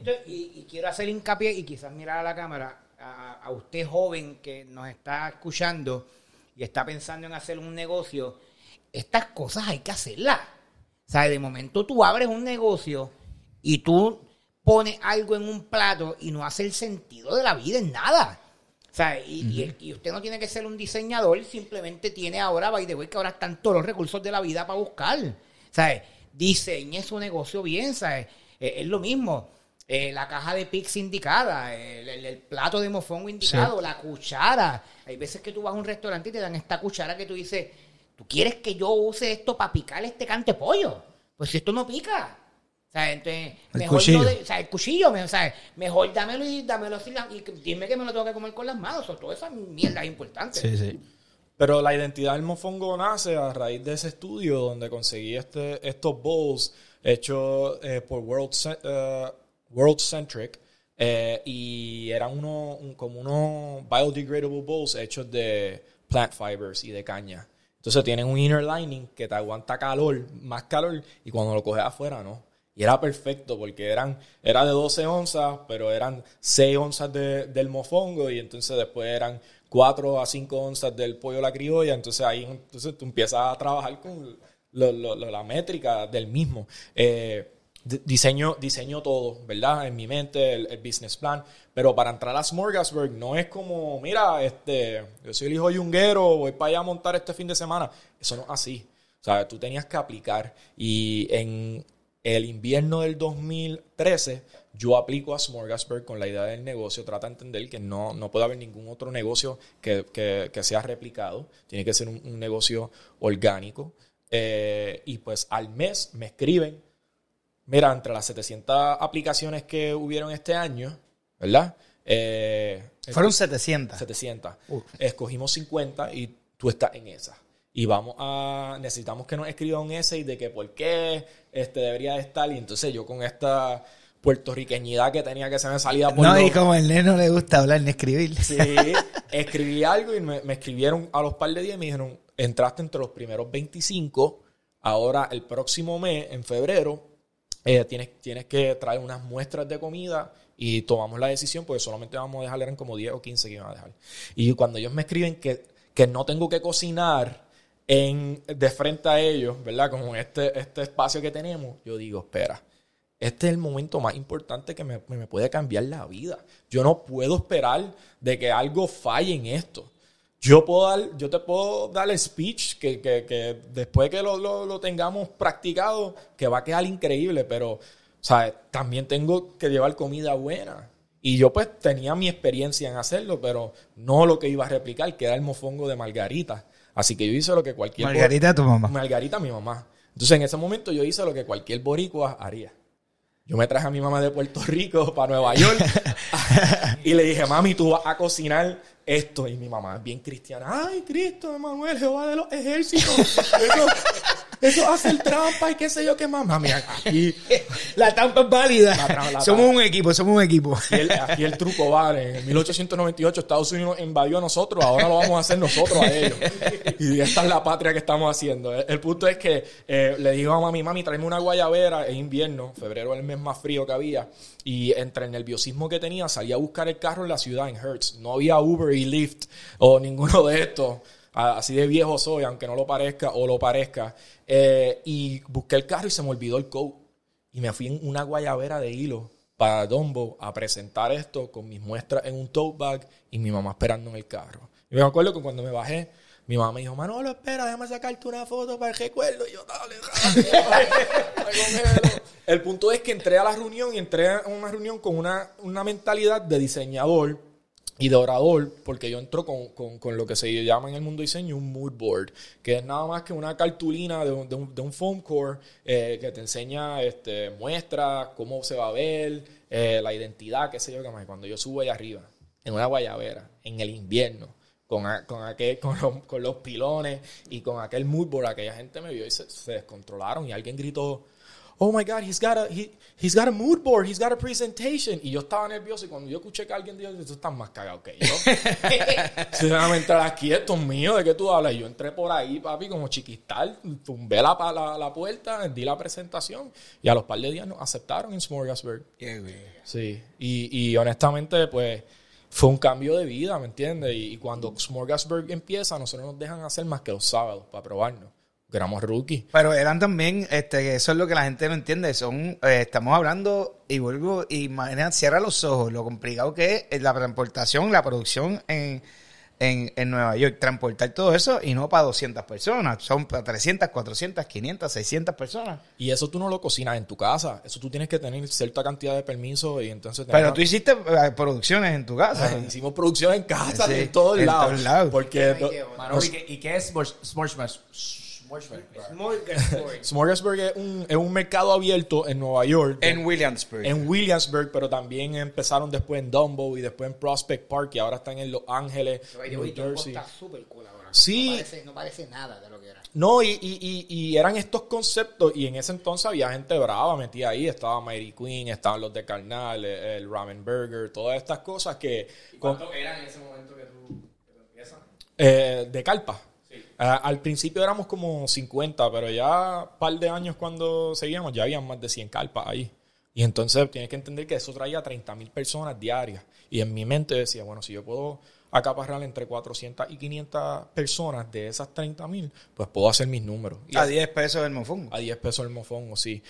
y quiero hacer hincapié y quizás mirar a la cámara, a usted joven que nos está escuchando y está pensando en hacer un negocio, estas cosas hay que hacerlas. O sea, de momento tú abres un negocio y tú pone algo en un plato y no hace el sentido de la vida en nada. O sea, y usted no tiene que ser un diseñador, simplemente tiene ahora, by the way, que ahora están todos los recursos de la vida para buscar. O sea, diseñe su negocio bien, ¿sabes? Es lo mismo. La caja de Pix indicada, el plato de mofongo indicado, sí. La cuchara. Hay veces que tú vas a un restaurante y te dan esta cuchara que tú dices, ¿tú quieres que yo use esto para picar este cante pollo? Pues si esto no pica. O sea, entonces, mejor el cuchillo, mejor dámelo así y dime que me lo tengo que comer con las manos. O toda esa mierda es importante. Sí, sí. Pero la identidad del mofongo nace a raíz de ese estudio donde conseguí estos bowls hechos por World Centric y eran como unos biodegradable bowls hechos de plant fibers y de caña. Entonces tienen un inner lining que te aguanta calor, más calor, y cuando lo coges afuera, no. Y era perfecto porque era de 12 onzas, pero eran 6 onzas del mofongo y entonces después eran 4 a 5 onzas del pollo a la criolla. Entonces ahí entonces tú empiezas a trabajar con la métrica del mismo. Diseño todo, ¿verdad? En mi mente, el business plan. Pero para entrar a Smorgasburg no es como, mira, yo soy el hijo yunguero, voy para allá a montar este fin de semana. Eso no es así. O sea, tú tenías que aplicar. Y en el invierno del 2013, yo aplico a Smorgasburg con la idea del negocio. Trata de entender que no puede haber ningún otro negocio que sea replicado. Tiene que ser un negocio orgánico. Y pues al mes me escriben, mira, entre las 700 aplicaciones que hubieron este año, ¿verdad? Fueron 700. 700. Escogimos 50 y tú estás en esa. Y necesitamos que nos escriban un essay de que por qué debería de estar. Y entonces yo con esta puertorriqueñidad que tenía que se me salía por y como el nene no le gusta hablar ni escribir. Sí, escribí algo y me escribieron a los par de días y me dijeron, entraste entre los primeros 25, ahora el próximo mes, en febrero, tienes que traer unas muestras de comida y tomamos la decisión porque solamente vamos a dejar, eran como 10 o 15 que iban a dejar. Y cuando ellos me escriben que no tengo que cocinar de frente a ellos, ¿verdad? Como este espacio que tenemos, yo digo, espera, este es el momento más importante que me puede cambiar la vida. Yo no puedo esperar de que algo falle en esto. Yo te puedo dar el speech que después que lo tengamos practicado, que va a quedar increíble, pero ¿sabes? También tengo que llevar comida buena. Y yo pues tenía mi experiencia en hacerlo, pero no lo que iba a replicar, que era el mofongo de Margarita. Así que yo hice lo que cualquier... Margarita, tu mamá. Margarita, mi mamá. Entonces en ese momento yo hice lo que cualquier boricua haría. Yo me traje a mi mamá de Puerto Rico para Nueva York y le dije, mami, tú vas a cocinar esto. Y mi mamá es bien cristiana. Ay, Cristo, Emanuel, Jehová de los ejércitos. Eso hace el trampa y qué sé yo qué más. Mami, aquí... La trampa es válida. Somos un equipo. Aquí el truco vale. En 1898 Estados Unidos invadió a nosotros. Ahora lo vamos a hacer nosotros a ellos. Y esta es la patria que estamos haciendo. El punto es que le digo a mami, tráeme una guayabera. Es invierno. Febrero es el mes más frío que había. Y entre el nerviosismo que tenía, salí a buscar el carro en la ciudad, en Hertz. No había Uber y Lyft o ninguno de estos. Así de viejo soy, aunque no lo parezca o lo parezca. Y busqué el carro y se me olvidó el code. Y me fui en una guayabera de hilo para Dumbo a presentar esto con mis muestras en un tote bag y mi mamá esperando en el carro. Y me acuerdo que cuando me bajé, mi mamá me dijo, Manolo, espera, déjame sacarte una foto para el recuerdo. Y yo, dale. El punto es que entré a la reunión y entré a una reunión con una mentalidad de diseñador y de orador, porque yo entro con lo que se llama en el mundo diseño un mood board, que es nada más que una cartulina de un foam core que te enseña muestras, cómo se va a ver, la identidad, qué sé yo, qué más. Cuando yo subo allá arriba, en una guayabera, en el invierno, con los pilones y con aquel mood board, aquella gente me vio y se descontrolaron y alguien gritó, oh my God, he's got a mood board, he's got a presentation. Y yo estaba nervioso y cuando yo escuché que alguien dijo, tú estás más cagado que yo. Si déjame entrar aquí, esto es mío, ¿de qué tú hablas? Y yo entré por ahí, papi, como chiquistal, tumbé la puerta, di la presentación y a los par de días nos aceptaron en Smorgasburg. Sí, y honestamente, pues, fue un cambio de vida, ¿me entiendes? Y cuando Smorgasburg empieza, nosotros nos dejan hacer más que los sábados para probarnos. Que éramos rookies. Pero eran también, eso es lo que la gente no entiende, estamos hablando, y vuelvo, imagina, cierra los ojos, lo complicado que es la transportación, la producción en Nueva York, transportar todo eso, y no para 200 personas, son para 300, 400, 500, 600 personas. Y eso tú no lo cocinas en tu casa, eso tú tienes que tener cierta cantidad de permisos, y entonces... Pero tú hiciste producciones en tu casa. Hicimos producción en casa, sí, en todos lados. Porque... ¿Y qué es Smorgasburg? Smorgasburg es un mercado abierto en Nueva York. En Williamsburg. En Williamsburg, pero también empezaron después en Dumbo y después en Prospect Park y ahora están en Los Ángeles, New Jersey. Está súper cool ahora. Sí. No parece nada de lo que era. No, y eran estos conceptos y en ese entonces había gente brava metida ahí. Estaba Mary Queen, estaban los de Carnal, el Ramen Burger, todas estas cosas que... ¿Cuántos eran en ese momento que tú empiezas? De carpa. Al principio éramos como 50, pero ya un par de años cuando seguíamos, ya habían más de 100 carpas ahí. Y entonces tienes que entender que eso traía 30,000 personas diarias. Y en mi mente decía, bueno, si yo puedo acaparrar entre 400 y 500 personas de esas 30,000, pues puedo hacer mis números. A 10 pesos el mofongo. A 10 pesos el mofongo, sí.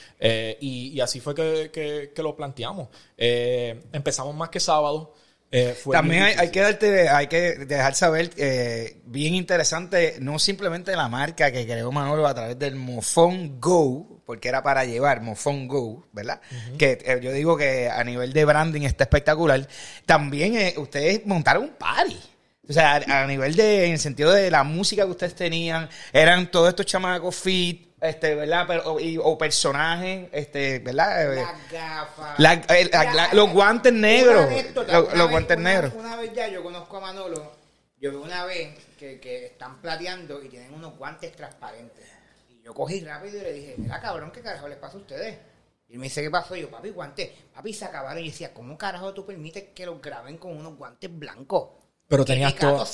Y así fue que lo planteamos. Empezamos más que sábado. También hay que dejar saber, bien interesante, no simplemente la marca que creó Manolo a través del Mofón Go, porque era para llevar Mofón Go, ¿verdad? Uh-huh. Que yo digo que a nivel de branding está espectacular. También ustedes montaron un party. O sea, a nivel en el sentido de la música que ustedes tenían, eran todos estos chamacos fit, ¿verdad? O personajes, ¿verdad? Las gafas. Los guantes negros. Los guantes negros. Una vez ya yo conozco a Manolo, yo vi una vez que están plateando y tienen unos guantes transparentes. Y yo cogí rápido y le dije, mira cabrón, ¿qué carajo les pasa a ustedes? Y me dice, ¿qué pasó? Y yo, papi, guantes. Papi, se acabaron. Y decía, ¿cómo carajo tú permites que los graben con unos guantes blancos? Pero tenías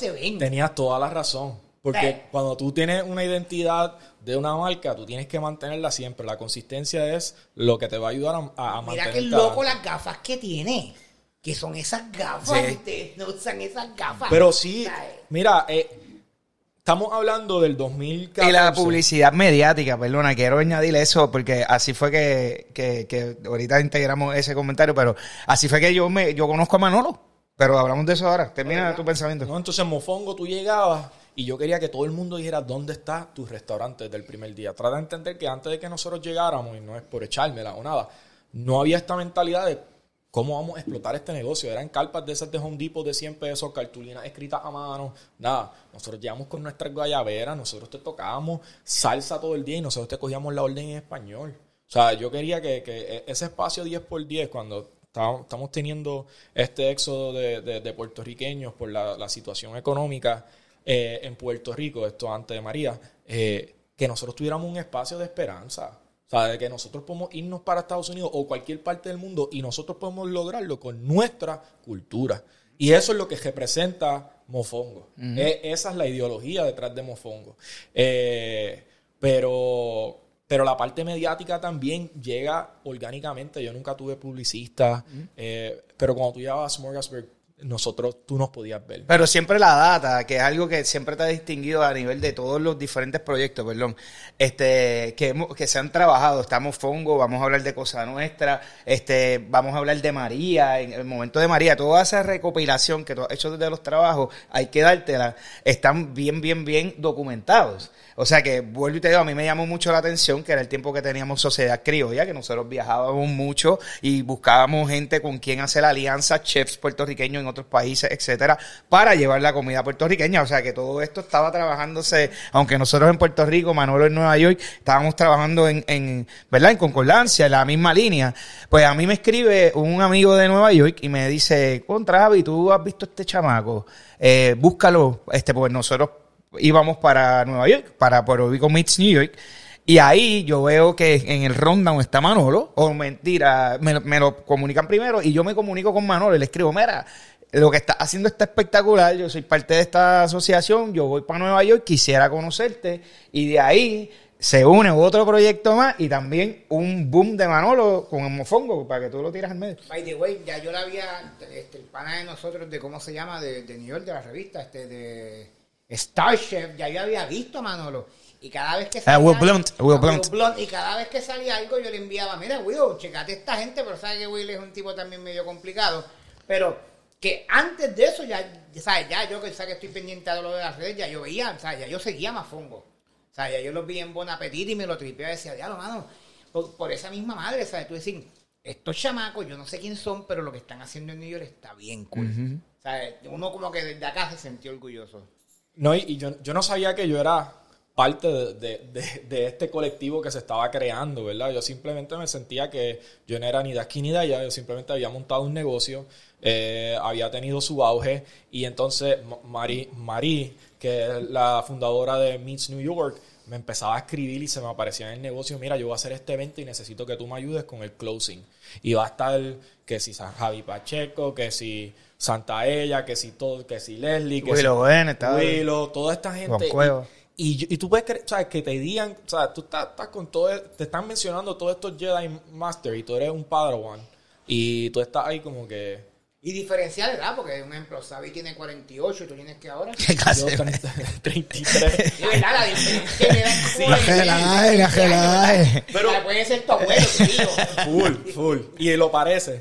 toda la razón. Porque cuando tú tienes una identidad de una marca, tú tienes que mantenerla siempre. La consistencia es lo que te va a ayudar a mantener. Mira qué loco las gafas que tiene. Que son esas gafas. Sí. Ustedes no usan esas gafas. Pero sí, mira, estamos hablando del 2014. Y la publicidad mediática, perdona, quiero añadir eso porque así fue que ahorita integramos ese comentario, pero así fue que yo conozco a Manolo. Pero hablamos de eso ahora. Termina tu pensamiento. No, entonces, mofongo, tú llegabas y yo quería que todo el mundo dijera dónde está tu restaurante desde el primer día. Trata de entender que antes de que nosotros llegáramos, y no es por echármela o nada, no había esta mentalidad de cómo vamos a explotar este negocio. Eran carpas de esas de Home Depot de 100 pesos, cartulinas escritas a mano, nada. Nosotros llegamos con nuestras guayaberas, nosotros te tocábamos salsa todo el día y nosotros te cogíamos la orden en español. O sea, yo quería que ese espacio 10x10, cuando estamos teniendo este éxodo de puertorriqueños por la situación económica en Puerto Rico, esto antes de María, que nosotros tuviéramos un espacio de esperanza. O sea, de que nosotros podemos irnos para Estados Unidos o cualquier parte del mundo y nosotros podemos lograrlo con nuestra cultura. Y eso es lo que representa Mofongo. Uh-huh. Esa es la ideología detrás de Mofongo. Pero la parte mediática también llega orgánicamente. Yo nunca tuve publicista, pero cuando tú llevabas a Smorgasburg, tú nos podías ver. Pero siempre la data, que es algo que siempre te ha distinguido a nivel de todos los diferentes proyectos, que se han trabajado. Estamos Fongo, vamos a hablar de Cosa Nuestra, vamos a hablar de María, en el momento de María, toda esa recopilación que tú has hecho desde los trabajos, hay que dártela, están bien documentados. O sea que, vuelvo y te digo, a mí me llamó mucho la atención que era el tiempo que teníamos Sociedad Criolla, que nosotros viajábamos mucho y buscábamos gente con quien hacer alianzas, chefs puertorriqueños en otros países, etcétera, para llevar la comida puertorriqueña. O sea que todo esto estaba trabajándose, aunque nosotros en Puerto Rico, Manolo en Nueva York, estábamos trabajando ¿verdad? En concordancia, en la misma línea. Pues a mí me escribe un amigo de Nueva York y me dice, contra Javi, ¿tú has visto este chamaco? Búscalo, pues nosotros íbamos para Nueva York, para Puerto Rico Meets New York, y ahí yo veo que en el rundown está Manolo, o mentira, me lo comunican primero, y yo me comunico con Manolo y le escribo, mira, lo que estás haciendo está espectacular, yo soy parte de esta asociación, yo voy para Nueva York, quisiera conocerte, y de ahí se une otro proyecto más, y también un boom de Manolo con el Mofongo, para que tú lo tiras al medio. By the way, ya yo la había, el pana de nosotros, de cómo se llama, de New York, de la revista, de Star Chef, ya yo había visto a Manolo y cada vez que salía Will Blunt. Y cada vez que salía algo yo le enviaba, mira Will, checate esta gente, pero sabes que Will es un tipo también medio complicado, pero que antes de eso ya sabes, ya yo que sabes que estoy pendiente de lo de las redes, ya yo veía, sabes, ya yo seguía Mofongo, sabes, ya yo los vi en Bon Appetit y me lo tripeaba y decía, diablo mano, por esa misma madre, sabes, tú decís, estos chamacos, yo no sé quién son, pero lo que están haciendo en New York está bien cool. Uh-huh. Sabes, uno como que desde acá se sintió orgulloso. No, y yo no sabía que yo era parte de este colectivo que se estaba creando, ¿verdad? Yo simplemente me sentía que yo no era ni de aquí ni de allá, yo simplemente había montado un negocio, había tenido su auge, y entonces Marí, que es la fundadora de Meets New York, me empezaba a escribir y se me aparecía en el negocio, mira, yo voy a hacer este evento y necesito que tú me ayudes con el closing. Y va a estar que si Javi Pacheco, que si Santa Ella, que si todo, que si Leslie, que Willow, Willow, toda esta gente. Y tú puedes creer, ¿sabes? Que te digan, o sea, tú estás con todo, te están mencionando todos estos Jedi Master y tú eres un Padawan. Y tú estás ahí como que... Y diferencial de edad, porque, un ejemplo, Sabi tiene 48 y tú tienes que ahora. ¿Qué clase? Yo 33. De verdad, la diferencia de edad es como La gelaje. Pero puede ser tu abuelo, tu tío. Full. Y lo parece.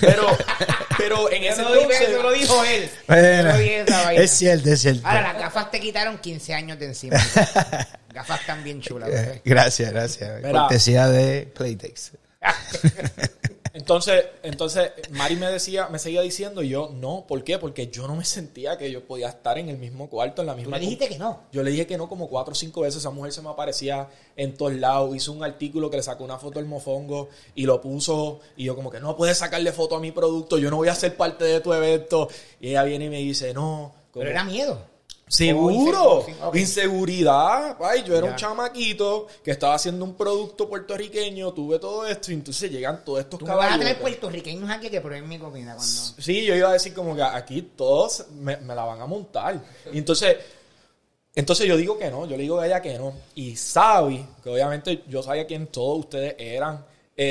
Pero en ese Eso lo entonces... dijo él. Bueno, Yo no dije esa vaina. es cierto. Ahora, las gafas te quitaron 15 años de encima. Gafas tan bien chulas. ¿Ves? Gracias. Mira. Cortesía de Playtex. Entonces Mari me seguía diciendo, y yo, no, ¿por qué? Porque yo no me sentía que yo podía estar en el mismo cuarto, en la Tú misma... le dijiste que no. Yo le dije que no como 4 o 5 veces. Esa mujer se me aparecía en todos lados. Hizo un artículo que le sacó una foto al mofongo y lo puso. Y yo como que no puedes sacarle foto a mi producto. Yo no voy a ser parte de tu evento. Y ella viene y me dice, no. ¿Cómo? Pero era miedo. Seguro, Okay. Inseguridad. Ay, yo era Ya. un chamaquito que estaba haciendo un producto puertorriqueño, tuve todo esto y entonces llegan todos estos Tú me vas a caballos. traer puertorriqueños aquí que prueben mi comida cuando... Sí, yo iba a decir como que aquí todos me la van a montar. Y entonces yo digo que no, yo le digo a ella que no. Y Sabi, que obviamente yo sabía quién todos ustedes eran,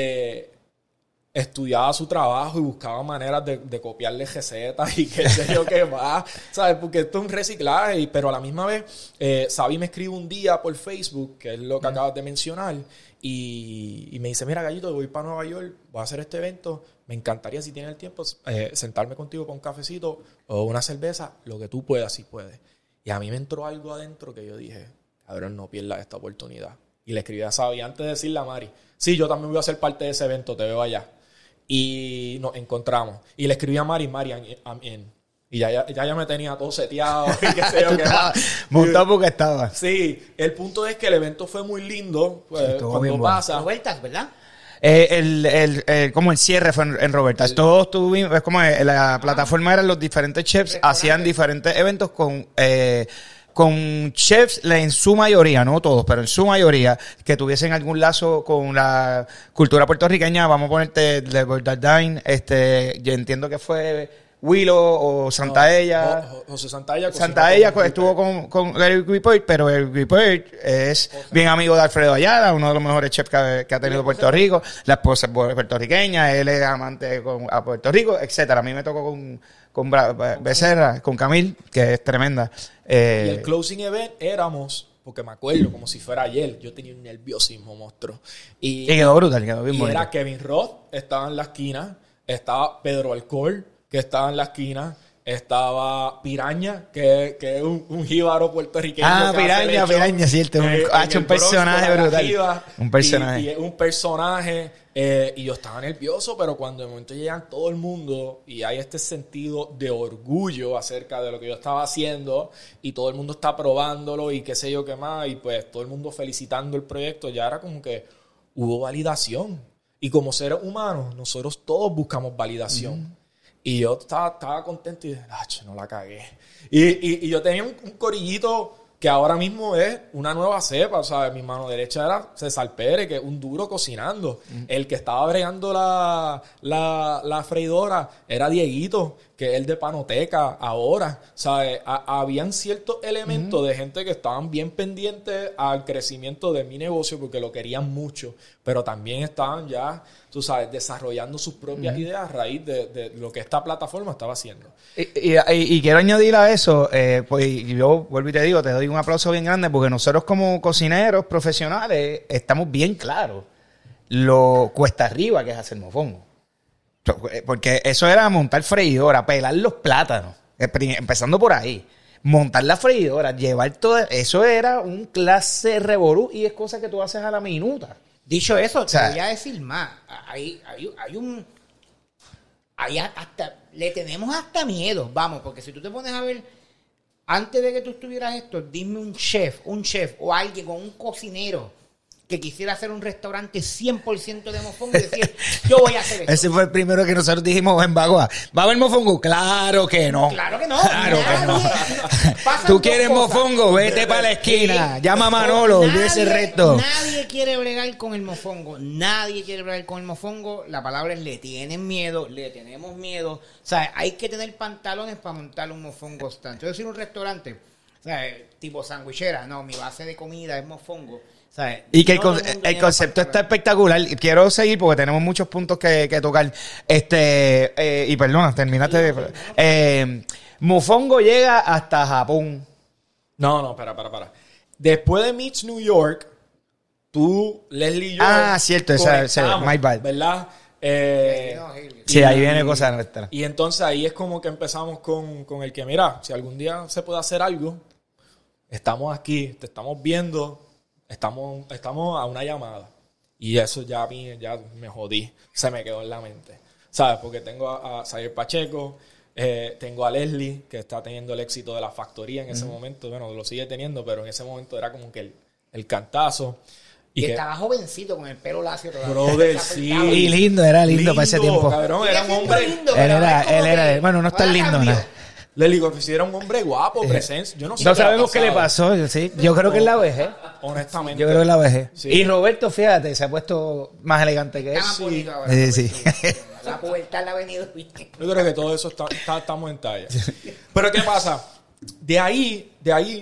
estudiaba su trabajo y buscaba maneras de copiarle recetas y qué sé yo qué más, ¿sabes? Porque esto es un reciclaje, pero a la misma vez, Sabi me escribe un día por Facebook, que es lo que acabas de mencionar, y me dice, mira, Gallito, voy para Nueva York, voy a hacer este evento, me encantaría, si tienes el tiempo, sentarme contigo para un cafecito o una cerveza, lo que tú puedas, si puedes. Y a mí me entró algo adentro que yo dije, cabrón, no pierdas esta oportunidad. Y le escribí a Sabi antes de decirle a Mari, sí, yo también voy a ser parte de ese evento, te veo allá. Y nos encontramos. Y le escribí a Mari, I'm in. Y ya me tenía todo seteado. Y qué sé yo qué más. Montado porque estaba. Sí, el punto es que el evento fue muy lindo. Pues, Sí, estuvo cuando bien bueno. pasa. Vueltas, ¿verdad? Como el cierre fue en Robertas. Todos tuvimos, es como la plataforma eran los diferentes chefs, hacían diferentes eventos con chefs, en su mayoría, no todos, pero en su mayoría, que tuviesen algún lazo con la cultura puertorriqueña. Vamos a ponerte de Bordardine, yo entiendo que fue Willow o Santaella. José Santaella. Santaella estuvo con Eric Ripert, pero Eric Ripert es bien amigo de Alfredo Ayala, uno de los mejores chefs que ha tenido Puerto Rico. La esposa es puertorriqueña, él es amante a Puerto Rico, etcétera. A mí me tocó con Becerra, con Camil, que es tremenda. Y el closing event éramos, porque me acuerdo como si fuera ayer, yo tenía un nerviosismo monstruo. Y quedó brutal, quedó bien bonito. era Kevin Roth, estaba en la esquina, estaba Pedro Alcohol, que estaba en la esquina, estaba Piraña, que es un jíbaro puertorriqueño. Piraña, cierto. Un personaje brutal. Un personaje. Y es un personaje. Y yo estaba nervioso, pero cuando de momento llegan todo el mundo y hay este sentido de orgullo acerca de lo que yo estaba haciendo y todo el mundo está probándolo y qué sé yo qué más, y pues todo el mundo felicitando el proyecto, ya era como que hubo validación. Y como seres humanos, nosotros todos buscamos validación. Y yo estaba contento y dije, no la cagué. Y yo tenía un corillito que ahora mismo es una nueva cepa. O sea, mi mano derecha era César Pérez, que es un duro cocinando. El que estaba bregando la freidora era Dieguito, que es el de Panoteca ahora. O sea, habían ciertos elementos de gente que estaban bien pendientes al crecimiento de mi negocio porque lo querían mucho, pero también estaban ya, tú sabes, desarrollando sus propias ideas a raíz de lo que esta plataforma estaba haciendo. Y quiero añadir a eso, pues yo vuelvo y te digo, te doy un aplauso bien grande porque nosotros como cocineros profesionales estamos bien claros lo cuesta arriba que es hacer mofongo. Porque eso era montar freidora, pelar los plátanos, empezando por ahí. Montar la freidora, llevar todo, eso era un clase revolú y es cosa que tú haces a la minuta. Dicho eso, sea, te voy a decir más. Hay hasta, le tenemos hasta miedo, vamos, porque si tú te pones a ver, antes de que tú estuvieras esto, dime un chef o alguien con un cocinero que quisiera hacer un restaurante 100% de mofongo y decir, yo voy a hacer esto. Ese fue el primero que nosotros dijimos en Bagua. ¿Va a haber mofongo? Claro que no. Claro que no. Claro que no. Pasan Tú dos quieres cosas. mofongo, vete para la esquina. Llama a Manolo, olvídese el resto. Nadie quiere bregar con el mofongo. Nadie quiere bregar con el mofongo. La palabra es le tienen miedo, le tenemos miedo. O sea, hay que tener pantalones para montar un mofongo stand. Yo decir un restaurante. ¿sabes? Tipo sandwichera. No, mi base de comida es mofongo. ¿Sabes? Y que No todo mundo el llena concepto está pantalones. espectacular. Quiero seguir porque tenemos muchos puntos que tocar. Y perdona, terminaste. Mofongo llega hasta Japón. No, para. Después de Meets New York, tú, Leslie y yo... Cierto, conectamos, my bad. ¿verdad? Sí, ahí viene cosa nuestra. Y entonces ahí es como que empezamos con el que, mira, si algún día se puede hacer algo, estamos aquí, te estamos viendo, estamos a una llamada. Y eso ya a mí ya me jodí, se me quedó en la mente. ¿Sabes? Porque tengo a Xavier Pacheco, tengo a Leslie, que está teniendo el éxito de La Factoría en ese momento. Bueno, lo sigue teniendo, pero en ese momento era como que el cantazo. Y que, estaba jovencito con el pelo lacio todavía. brother, sí. Y lindo, era lindo para ese tiempo. Cabrón, era un hombre... Bueno, no es tan lindo, ¿no? Leslie Goffey era un hombre guapo, presencia. Yo no sé. No sabemos qué le pasó, sí. Yo creo que es la vejez. Honestamente. Yo creo que es la vejez. Sí. Y Roberto, fíjate, se ha puesto más elegante que él. Está más bonito ahora. Sí. La pubertad la ha venido bien. Yo creo que todo eso estamos en talla. Pero ¿qué pasa? De ahí,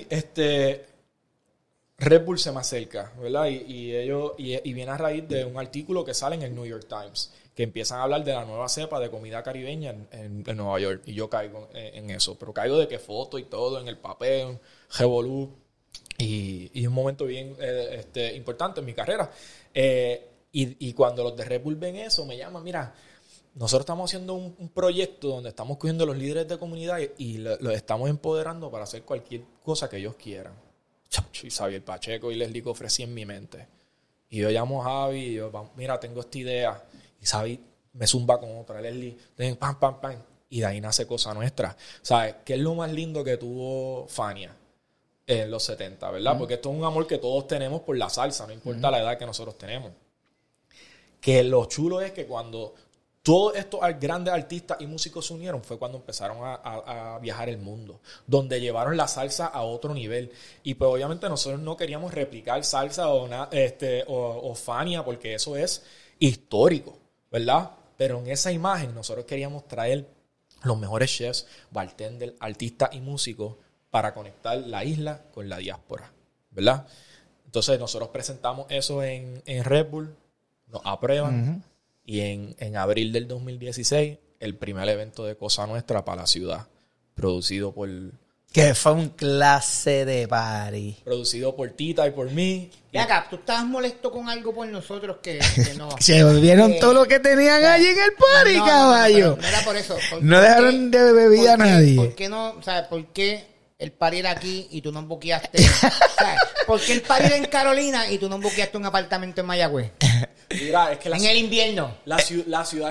Red Bull se me acerca, ¿verdad? Y viene a raíz de un artículo que sale en el New York Times, que empiezan a hablar de la nueva cepa de comida caribeña en Nueva York. Y yo caigo en eso. Pero caigo de que foto y todo, en el papel, revolú. Y un momento bien importante en mi carrera. Y cuando los de Red Bull ven eso, me llaman, mira, nosotros estamos haciendo un proyecto donde estamos cogiendo los líderes de comunidad y los estamos empoderando para hacer cualquier cosa que ellos quieran. Y Xavier Pacheco y Leslie ofrecí en mi mente. Y yo llamo a Javi y yo, mira, tengo esta idea. Y Xavi me zumba con otra. Leslie, pam. Y de ahí nace Cosa Nuestra. ¿Sabes? ¿Qué es lo más lindo que tuvo Fania en los 70, verdad? Porque esto es un amor que todos tenemos por la salsa, no importa la edad que nosotros tenemos. Que lo chulo es que cuando todos estos grandes artistas y músicos se unieron fue cuando empezaron a viajar el mundo, donde llevaron la salsa a otro nivel. Y pues obviamente nosotros no queríamos replicar salsa o Fania, porque eso es histórico, ¿verdad? Pero en esa imagen nosotros queríamos traer los mejores chefs, bartenders, artistas y músicos para conectar la isla con la diáspora, ¿verdad? Entonces nosotros presentamos eso en Red Bull, nos aprueban. Y en abril del 2016, el primer evento de Cosa Nuestra para la ciudad, producido por... Que fue un clase de party. Producido por Tita y por mí. Y acá, ¿tú estabas molesto con algo por nosotros que no? Se volvieron todo lo que tenían allí en el party, caballo. No era por eso. No dejaron de bebida a nadie. ¿Por qué no? ¿Sabes? ¿Por qué el party era aquí y tú no buqueaste? ¿Sabes? ¿Por qué el party era en Carolina y tú no buqueaste un apartamento en Mayagüez? Mira, es que En el invierno. la ciudad es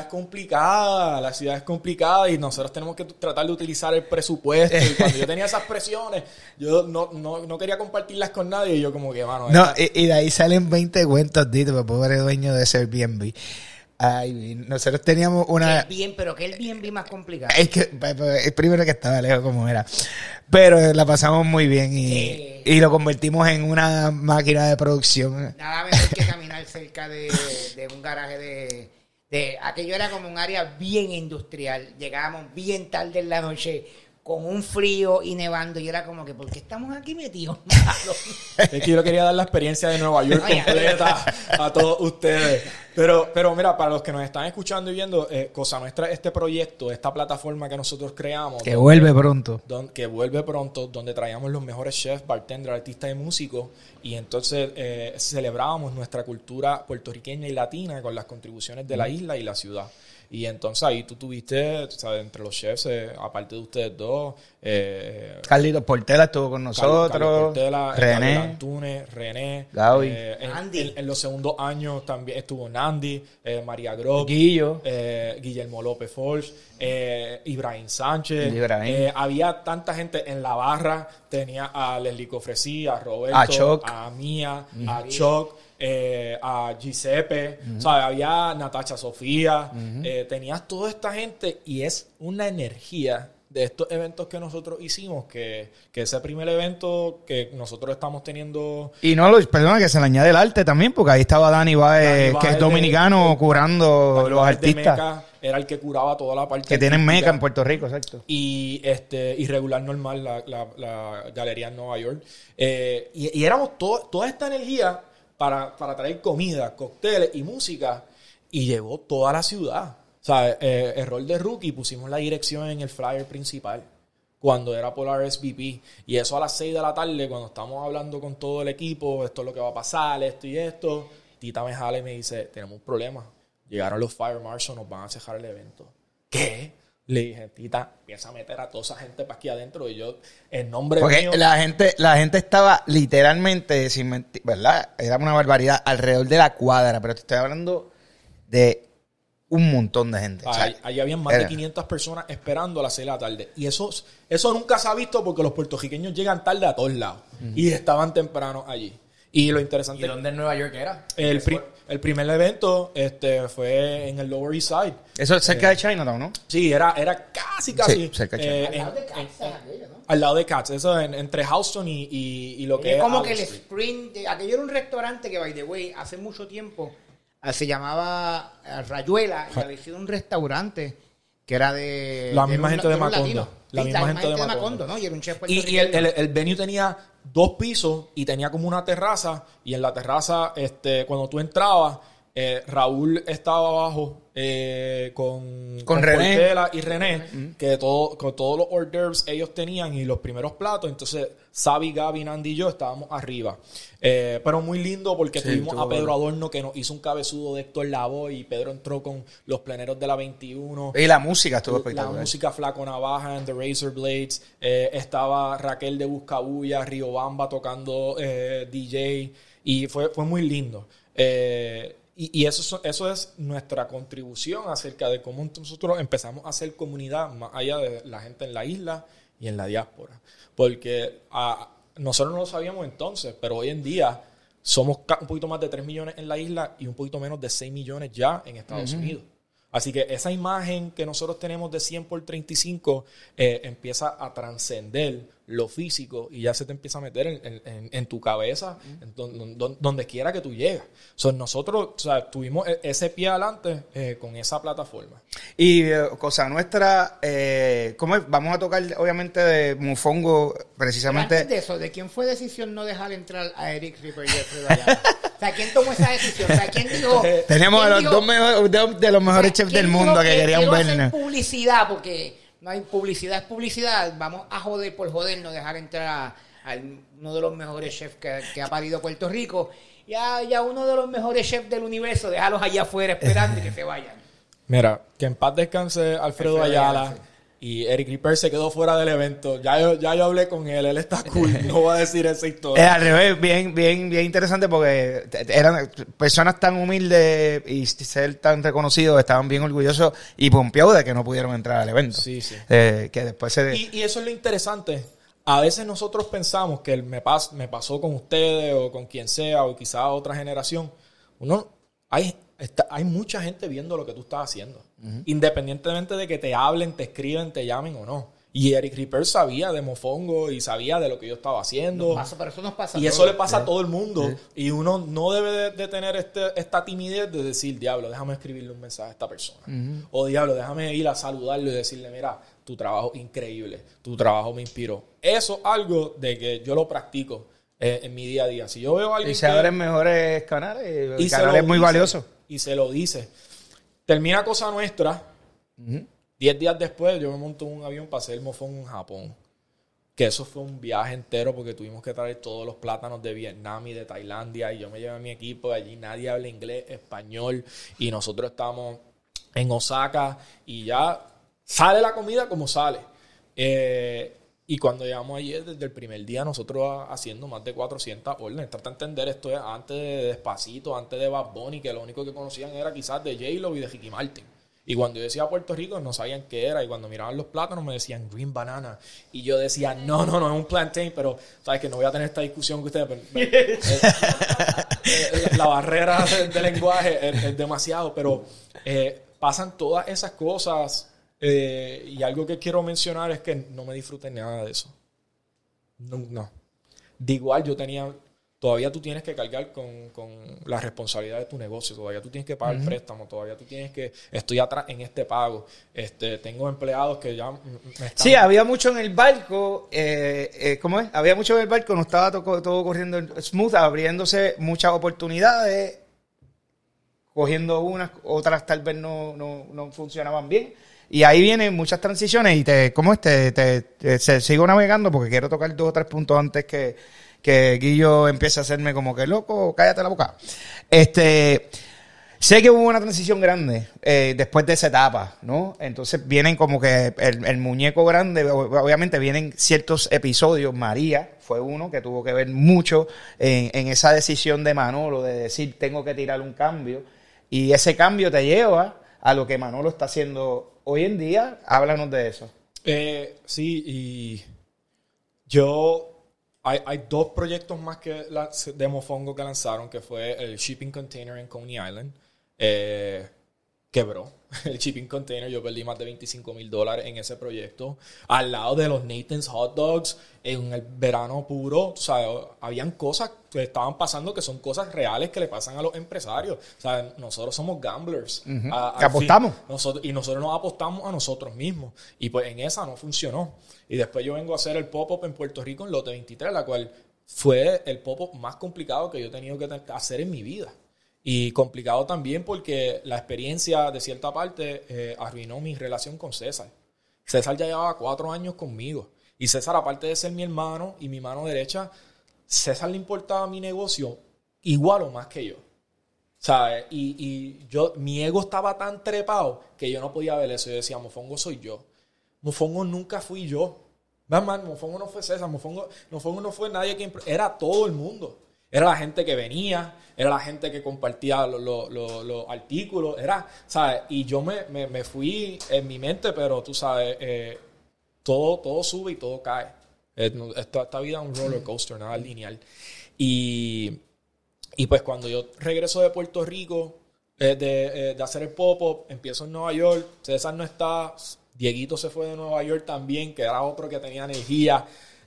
complicada y nosotros tenemos que tratar de utilizar el presupuesto. Y cuando yo tenía esas presiones, yo no quería compartirlas con nadie y yo como que, mano... No, y de ahí salen 20 cuentos, Dito, el pobre dueño de ese Airbnb. Ay, nosotros teníamos una... Pero que el Airbnb más complicado. Es que el primero que estaba lejos como era. Pero la pasamos muy bien y lo convertimos en una máquina de producción. Nada mejor que caminar cerca de un garaje de... Aquello era como un área bien industrial. Llegábamos bien tarde en la noche con un frío y nevando y era como que, ¿por qué estamos aquí metidos? Es que yo quería dar la experiencia de Nueva York completa a todos ustedes. Pero mira, para los que nos están escuchando y viendo, Cosa Nuestra, este proyecto, esta plataforma que nosotros creamos. Que vuelve pronto. Que vuelve pronto, donde traíamos los mejores chefs, bartenders, artistas y músicos. Y entonces celebrábamos nuestra cultura puertorriqueña y latina con las contribuciones de la isla y la ciudad. Y entonces ahí tú tuviste, ¿sabes? Entre los chefs, aparte de ustedes dos, Carlitos Portela estuvo con nosotros, Carlos Portela, René, Antunes, René, Gaby, en los segundos años también estuvo Nandi, María Grob, Guillo, Guillermo López Forge, Ibrahim Sánchez, Ibrahim. había tanta gente en la barra, tenía a Leslie Cofresí, a Roberto, A Choc. a Mía, a Choc, a Giuseppe, ¿sabes? Había Natacha Sofía, tenías toda esta gente y es una energía de estos eventos que nosotros hicimos, que ese primer evento que nosotros estamos teniendo... Y no, perdona, que se le añade el arte también, porque ahí estaba Dani Baez, que es dominicano, curando Dani los Baez de artistas. Meca era el que curaba toda la parte Que tienen artística. meca en Puerto Rico, exacto. Y Irregular Normal, la galería en Nueva York. Y éramos toda esta energía para traer comida, cócteles y música, y llegó toda la ciudad. O sea, error de rookie, pusimos la dirección en el flyer principal cuando era por RSVP. Y eso a las 6 de la tarde, cuando estamos hablando con todo el equipo, esto es lo que va a pasar, esto y esto, Tita me jala y me dice, tenemos un problema. Llegaron los Fire Marshals, nos van a cejar el evento. ¿Qué? Le dije, Tita, empieza a meter a toda esa gente para aquí adentro. Y yo, en nombre Porque mío... la gente estaba literalmente, sin mentir, ¿verdad? Era una barbaridad alrededor de la cuadra, pero te estoy hablando de un montón de gente. O sea, Allí habían más de 500 personas esperando a las 6 de la tarde. Y eso nunca se ha visto porque los puertorriqueños llegan tarde a todos lados. Y estaban temprano allí. Y lo interesante... ¿Y dónde en Nueva York era? El primer evento fue en el Lower East Side. eso es cerca de Chinatown, ¿no? Sí, era casi. Sí, cerca de Al lado de Kansas, aquello, ¿no? Al lado de Cats. Eso entre Houston y lo que Es es... como que el Allen Street. sprint, aquello era un restaurante que, by the way, hace mucho tiempo se llamaba Rayuela y había sido un restaurante que era de... La misma gente de un Macondo. latino. La Sí, misma gente de Macondo. ¿no? Y era un chef Y puertorriqueño. el venue tenía 2 pisos y tenía como una terraza. Y en la terraza, cuando tú entrabas, Raúl estaba abajo con René. Portela y René, con todos los hors d'oeuvres ellos tenían y los primeros platos. Entonces, Sabi, Gaby, Nandi y yo estábamos arriba. Pero muy lindo porque Sí, tuvimos a estuvo Pedro bueno. Adorno que nos hizo un cabezudo de Héctor Lavoe y Pedro entró con los pleneros de la 21. Y la música estuvo La espectacular. música Flaco Navaja and the Razor Blades. Estaba Raquel de Buscabulla, Riobamba tocando DJ. Y fue muy lindo. Y eso es nuestra contribución acerca de cómo nosotros empezamos a hacer comunidad más allá de la gente en la isla y en la diáspora. Porque nosotros no lo sabíamos entonces, pero hoy en día somos un poquito más de 3 millones en la isla y un poquito menos de 6 millones ya en Estados Unidos. Así que esa imagen que nosotros tenemos de 100 por 35 empieza a trascender lo físico y ya se te empieza a meter en tu cabeza, donde quiera que tú llegas. Nosotros tuvimos ese pie adelante con esa plataforma. Y cosa nuestra, ¿cómo es? Vamos a tocar obviamente de Mofongo Pero precisamente. antes de eso, ¿de quién fue decisión no dejar entrar a Eric Ripper y Alfredo Ayala? O sea, ¿quién tomó esa decisión? O sea, ¿quién dijo? Tenemos a los dos de los mejores chefs del mundo que querían quiero vernos. hacer publicidad porque no hay publicidad, es publicidad. Vamos a joder por joder, no dejar entrar a uno de los mejores chefs que ha parido Puerto Rico. Ya uno de los mejores chefs del universo, déjalos allá afuera esperando y que se vayan. Mira, que en paz descanse Alfredo Ayala. sí. Y Eric Ripper se quedó fuera del evento. Ya yo hablé con él está cool. No voy a decir esa historia. Al revés, bien interesante porque eran personas tan humildes y ser tan reconocidos, estaban bien orgullosos y pompeados de que no pudieron entrar al evento. Sí. Que después se... Y eso es lo interesante. A veces nosotros pensamos que me pasó con ustedes o con quien sea o quizás otra generación. Hay mucha gente viendo lo que tú estás haciendo. Independientemente de que te hablen, te escriben, te llamen o no. Y Eric Ripper sabía de Mofongo y sabía de lo que yo estaba haciendo. Pero eso nos pasa. Y a eso todos. le pasa a todo el mundo. Y uno no debe de tener esta timidez de decir, diablo, déjame escribirle un mensaje a esta persona. O diablo, déjame ir a saludarlo y decirle, mira, tu trabajo increíble, tu trabajo me inspiró. Eso es algo de que yo lo practico en mi día a día. Si yo veo a alguien Y se abren mejores canales. y El se canal lo es muy dice, valioso. y se lo dice. Termina Cosa Nuestra. 10 días después yo me monto en un avión para hacer el Mofongo en Japón. Que eso fue un viaje entero porque tuvimos que traer todos los plátanos de Vietnam y de Tailandia. Y yo me llevé a mi equipo. De allí nadie habla inglés, español. Y nosotros estamos en Osaka. Y ya sale la comida como sale. Y cuando llegamos allí, desde el primer día, nosotros haciendo más de 400 órdenes. Trata de entender, esto es antes de Despacito, antes de Bad Bunny, que lo único que conocían era quizás de J-Lo y de Ricky Martin. Y cuando yo decía Puerto Rico, no sabían qué era. Y cuando miraban los plátanos, me decían green banana. Y yo decía, no, es un plantain. Pero, ¿sabes? Que no voy a tener esta discusión con ustedes. La barrera de lenguaje es demasiado. Pero pasan todas esas cosas Y algo que quiero mencionar es que no me disfruté nada de eso. No. De igual yo tenía... Todavía tú tienes que cargar con la responsabilidad de tu negocio. Todavía tú tienes que pagar el préstamo. Todavía tú tienes que... Estoy atrás en este pago. Tengo empleados que ya me están... Sí, había mucho en el barco. ¿Cómo es? Había mucho en el barco. No estaba todo corriendo smooth. Abriéndose muchas oportunidades. Cogiendo unas. Otras tal vez no funcionaban bien. Y ahí vienen muchas transiciones. Y sigo navegando porque quiero tocar 2 o 3 puntos antes que Guillo empiece a hacerme como que loco, cállate la boca. Sé que hubo una transición grande después de esa etapa, ¿no? Entonces vienen como que el muñeco grande, obviamente vienen ciertos episodios. María fue uno que tuvo que ver mucho en esa decisión de Manolo de decir tengo que tirar un cambio. Y ese cambio te lleva a lo que Manolo está haciendo hoy en día. Háblanos de eso. Sí, y yo... Hay 2 proyectos más de Mofongo que lanzaron, que fue el Shipping Container en Coney Island. Quebró el Shipping Container. Yo perdí más de $25,000 en ese proyecto. Al lado de los Nathan's Hot Dogs, en el verano puro, o sea, habían cosas que estaban pasando que son cosas reales que le pasan a los empresarios. O sea, nosotros somos gamblers. Que apostamos. Y nosotros nos apostamos a nosotros mismos. Y pues en esa no funcionó. Y después yo vengo a hacer el pop-up en Puerto Rico en Lote 23, la cual fue el pop-up más complicado que yo he tenido que hacer en mi vida. Y complicado también porque la experiencia de cierta parte arruinó mi relación con César. César ya llevaba 4 años conmigo. Y César, aparte de ser mi hermano y mi mano derecha, César le importaba mi negocio igual o más que yo. ¿Sabes? Mi ego estaba tan trepado que yo no podía ver eso. Yo decía, Mofongo soy yo. Mofongo nunca fui yo. Mofongo no fue César. Mofongo no fue nadie que... Era todo el mundo. Era la gente que venía, era la gente que compartía los artículos, ¿sabes? Y yo me fui en mi mente, pero tú sabes, todo sube y todo cae. Esta vida es un roller coaster, nada lineal. Y pues cuando yo regreso de Puerto Rico, de hacer el pop-up, empiezo en Nueva York, César no está, Dieguito se fue de Nueva York también, que era otro que tenía energía,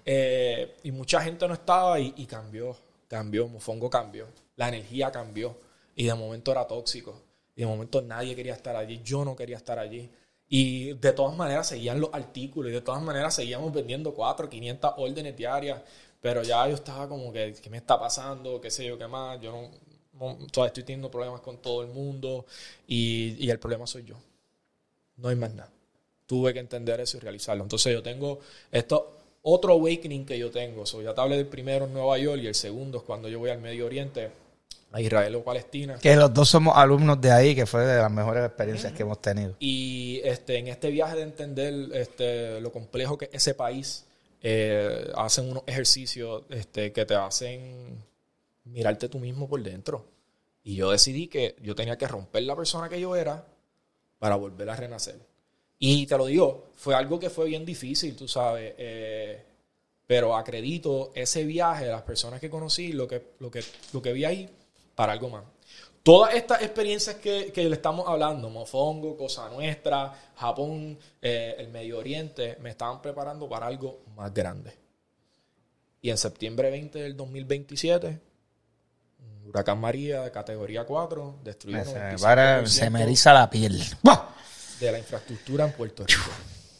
y mucha gente no estaba y cambió. Mofongo cambió, la energía cambió y de momento era tóxico y de momento nadie quería estar allí, yo no quería estar allí y de todas maneras seguían los artículos y de todas maneras seguíamos vendiendo 400-500 órdenes diarias, pero ya yo estaba como que ¿qué me está pasando? ¿Qué sé yo qué más? Yo todavía estoy teniendo problemas con todo el mundo y el problema soy yo, no hay más nada. Tuve que entender eso y realizarlo. Entonces yo tengo esto. Otro awakening que yo tengo, ya te hablé del primero en Nueva York y el segundo es cuando yo voy al Medio Oriente, a Israel o Palestina. Que los dos somos alumnos de ahí, que fue de las mejores experiencias que hemos tenido. Y en este viaje de entender lo complejo que es ese país, hacen unos ejercicios que te hacen mirarte tú mismo por dentro. Y yo decidí que yo tenía que romper la persona que yo era para volver a renacer. Y te lo digo, fue algo que fue bien difícil, tú sabes, pero acredito ese viaje, las personas que conocí, lo que vi ahí, para algo más. Todas estas experiencias que le estamos hablando, Mofongo, Cosa Nuestra, Japón, el Medio Oriente, me estaban preparando para algo más grande. Y en septiembre 20 del 2027, Huracán María de categoría 4 destruyó se me eriza la piel. ¡Buah! De la infraestructura en Puerto Rico.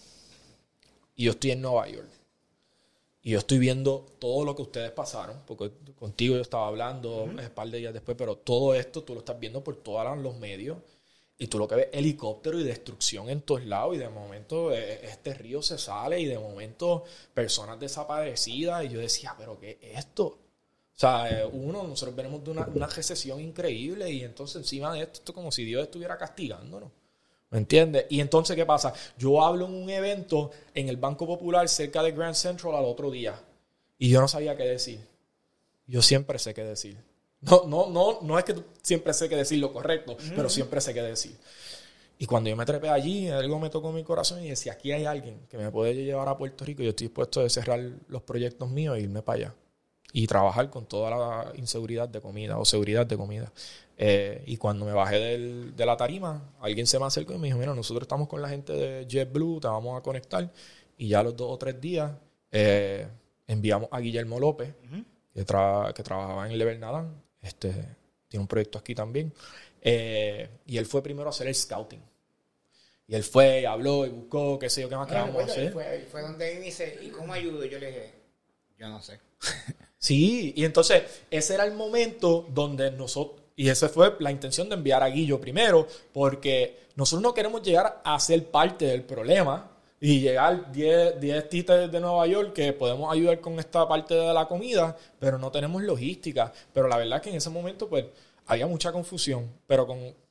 Y yo estoy en Nueva York. Y yo estoy viendo todo lo que ustedes pasaron, porque contigo yo estaba hablando un par de días después, pero todo esto tú lo estás viendo por todos los medios y tú lo que ves helicóptero y destrucción en todos lados y de momento este río se sale y de momento personas desaparecidas y yo decía, ¿pero qué es esto? O sea, nosotros venimos de una recesión increíble y entonces encima de esto es como si Dios estuviera castigándonos. ¿Me entiendes? Y entonces, ¿qué pasa? Yo hablo en un evento en el Banco Popular cerca de Grand Central al otro día. Y yo no sabía qué decir. Yo siempre sé qué decir. No es que siempre sé qué decir lo correcto, pero siempre sé qué decir. Y cuando yo me trepé allí, algo me tocó mi corazón y decía, aquí hay alguien que me puede llevar a Puerto Rico y yo estoy dispuesto a cerrar los proyectos míos e irme para allá. y trabajar con toda la inseguridad de comida o seguridad de comida. Y cuando me bajé de la tarima, alguien se me acercó y me dijo, mira, nosotros estamos con la gente de JetBlue, te vamos a conectar. Y ya a los 2 o 3 días enviamos a Guillermo López, que trabajaba en Level Nadán. Tiene un proyecto aquí también. Y él fue primero a hacer el scouting. Y él fue, habló y buscó, qué sé yo, qué más que vamos a hacer. Fue donde él me dice, ¿y cómo ayudo? Yo le dije, yo no sé. Sí, y entonces ese era el momento donde nosotros, y esa fue la intención de enviar a Guillo primero, porque nosotros no queremos llegar a ser parte del problema y llegar 10 títeres de Nueva York que podemos ayudar con esta parte de la comida, pero no tenemos logística. Pero la verdad es que en ese momento pues había mucha confusión, pero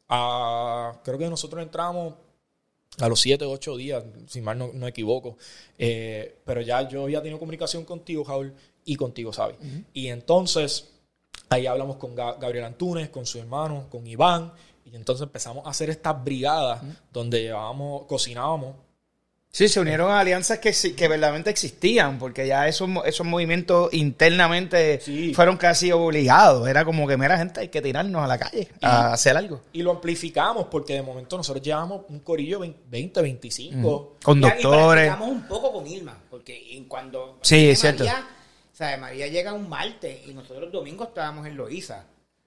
creo que nosotros entramos a los 7 o 8 días, si mal no me equivoco. Pero ya yo había tenido comunicación contigo, Raúl, y contigo, ¿sabes? Uh-huh. Y entonces ahí hablamos con Gabriel Antunes, con su hermano, con Iván, y entonces empezamos a hacer estas brigadas donde cocinábamos. Sí, se unieron a alianzas que verdaderamente existían, porque ya esos movimientos internamente fueron casi obligados. Era como que, mira, gente, hay que tirarnos a la calle a hacer algo. Y lo amplificamos, porque de momento nosotros llevamos un corillo 20, 25. Con doctores. Y practicamos un poco con Irma, porque cuando sí, es cierto. María llega un martes y nosotros los domingos estábamos en Loíza.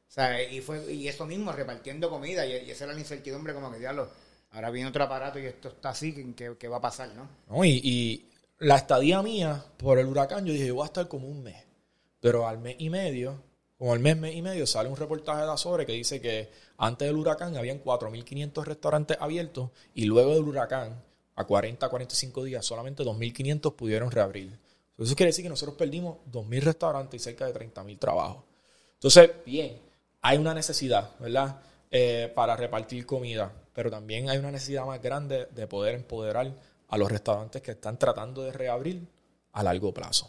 Y eso mismo, repartiendo comida, y esa era la incertidumbre, como que diablo. Ahora viene otro aparato y esto está así, ¿qué va a pasar, no? No, y la estadía mía por el huracán, yo dije, yo voy a estar como un mes. Pero al mes y medio, sale un reportaje de Azores que dice que antes del huracán habían 4.500 restaurantes abiertos y luego del huracán, a 40, 45 días, solamente 2.500 pudieron reabrir. Eso quiere decir que nosotros perdimos 2.000 restaurantes y cerca de 30.000 trabajos. Entonces, bien, hay una necesidad, ¿verdad? Para repartir comida. Pero también hay una necesidad más grande de poder empoderar a los restaurantes que están tratando de reabrir a largo plazo.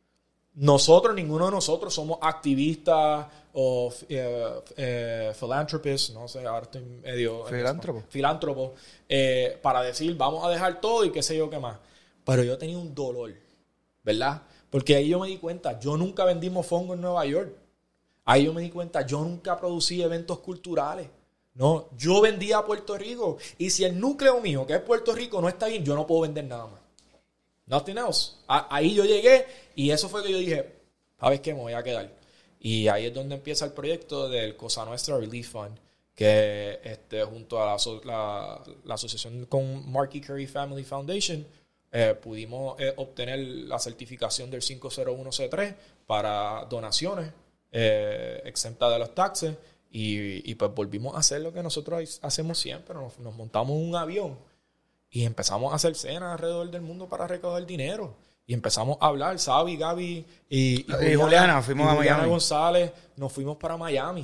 Ninguno de nosotros somos activistas o philanthropists, no sé, ahora estoy medio... Filántropo. Para decir, vamos a dejar todo y qué sé yo qué más. Pero yo tenía un dolor, ¿verdad? Porque ahí yo me di cuenta, yo nunca vendí mofongo en Nueva York. Ahí yo me di cuenta, yo nunca producí eventos culturales. No, yo vendía a Puerto Rico. Y si el núcleo mío, que es Puerto Rico, no está bien, yo no puedo vender nada más. Nothing else. Ahí yo llegué y eso fue que yo dije, ¿sabes qué? Me voy a quedar. Y ahí es donde empieza el proyecto del Cosa Nuestra Relief Fund, que junto a la asociación con Marky Curry Family Foundation, pudimos obtener la certificación del 501c3 para donaciones exentas de los taxes. Y pues volvimos a hacer lo que nosotros hacemos siempre. Nos montamos en un avión y empezamos a hacer cenas alrededor del mundo para recaudar dinero. Y empezamos a hablar, Sabi, Gaby y Juliana, fuimos a Juliana Miami. González, nos fuimos para Miami.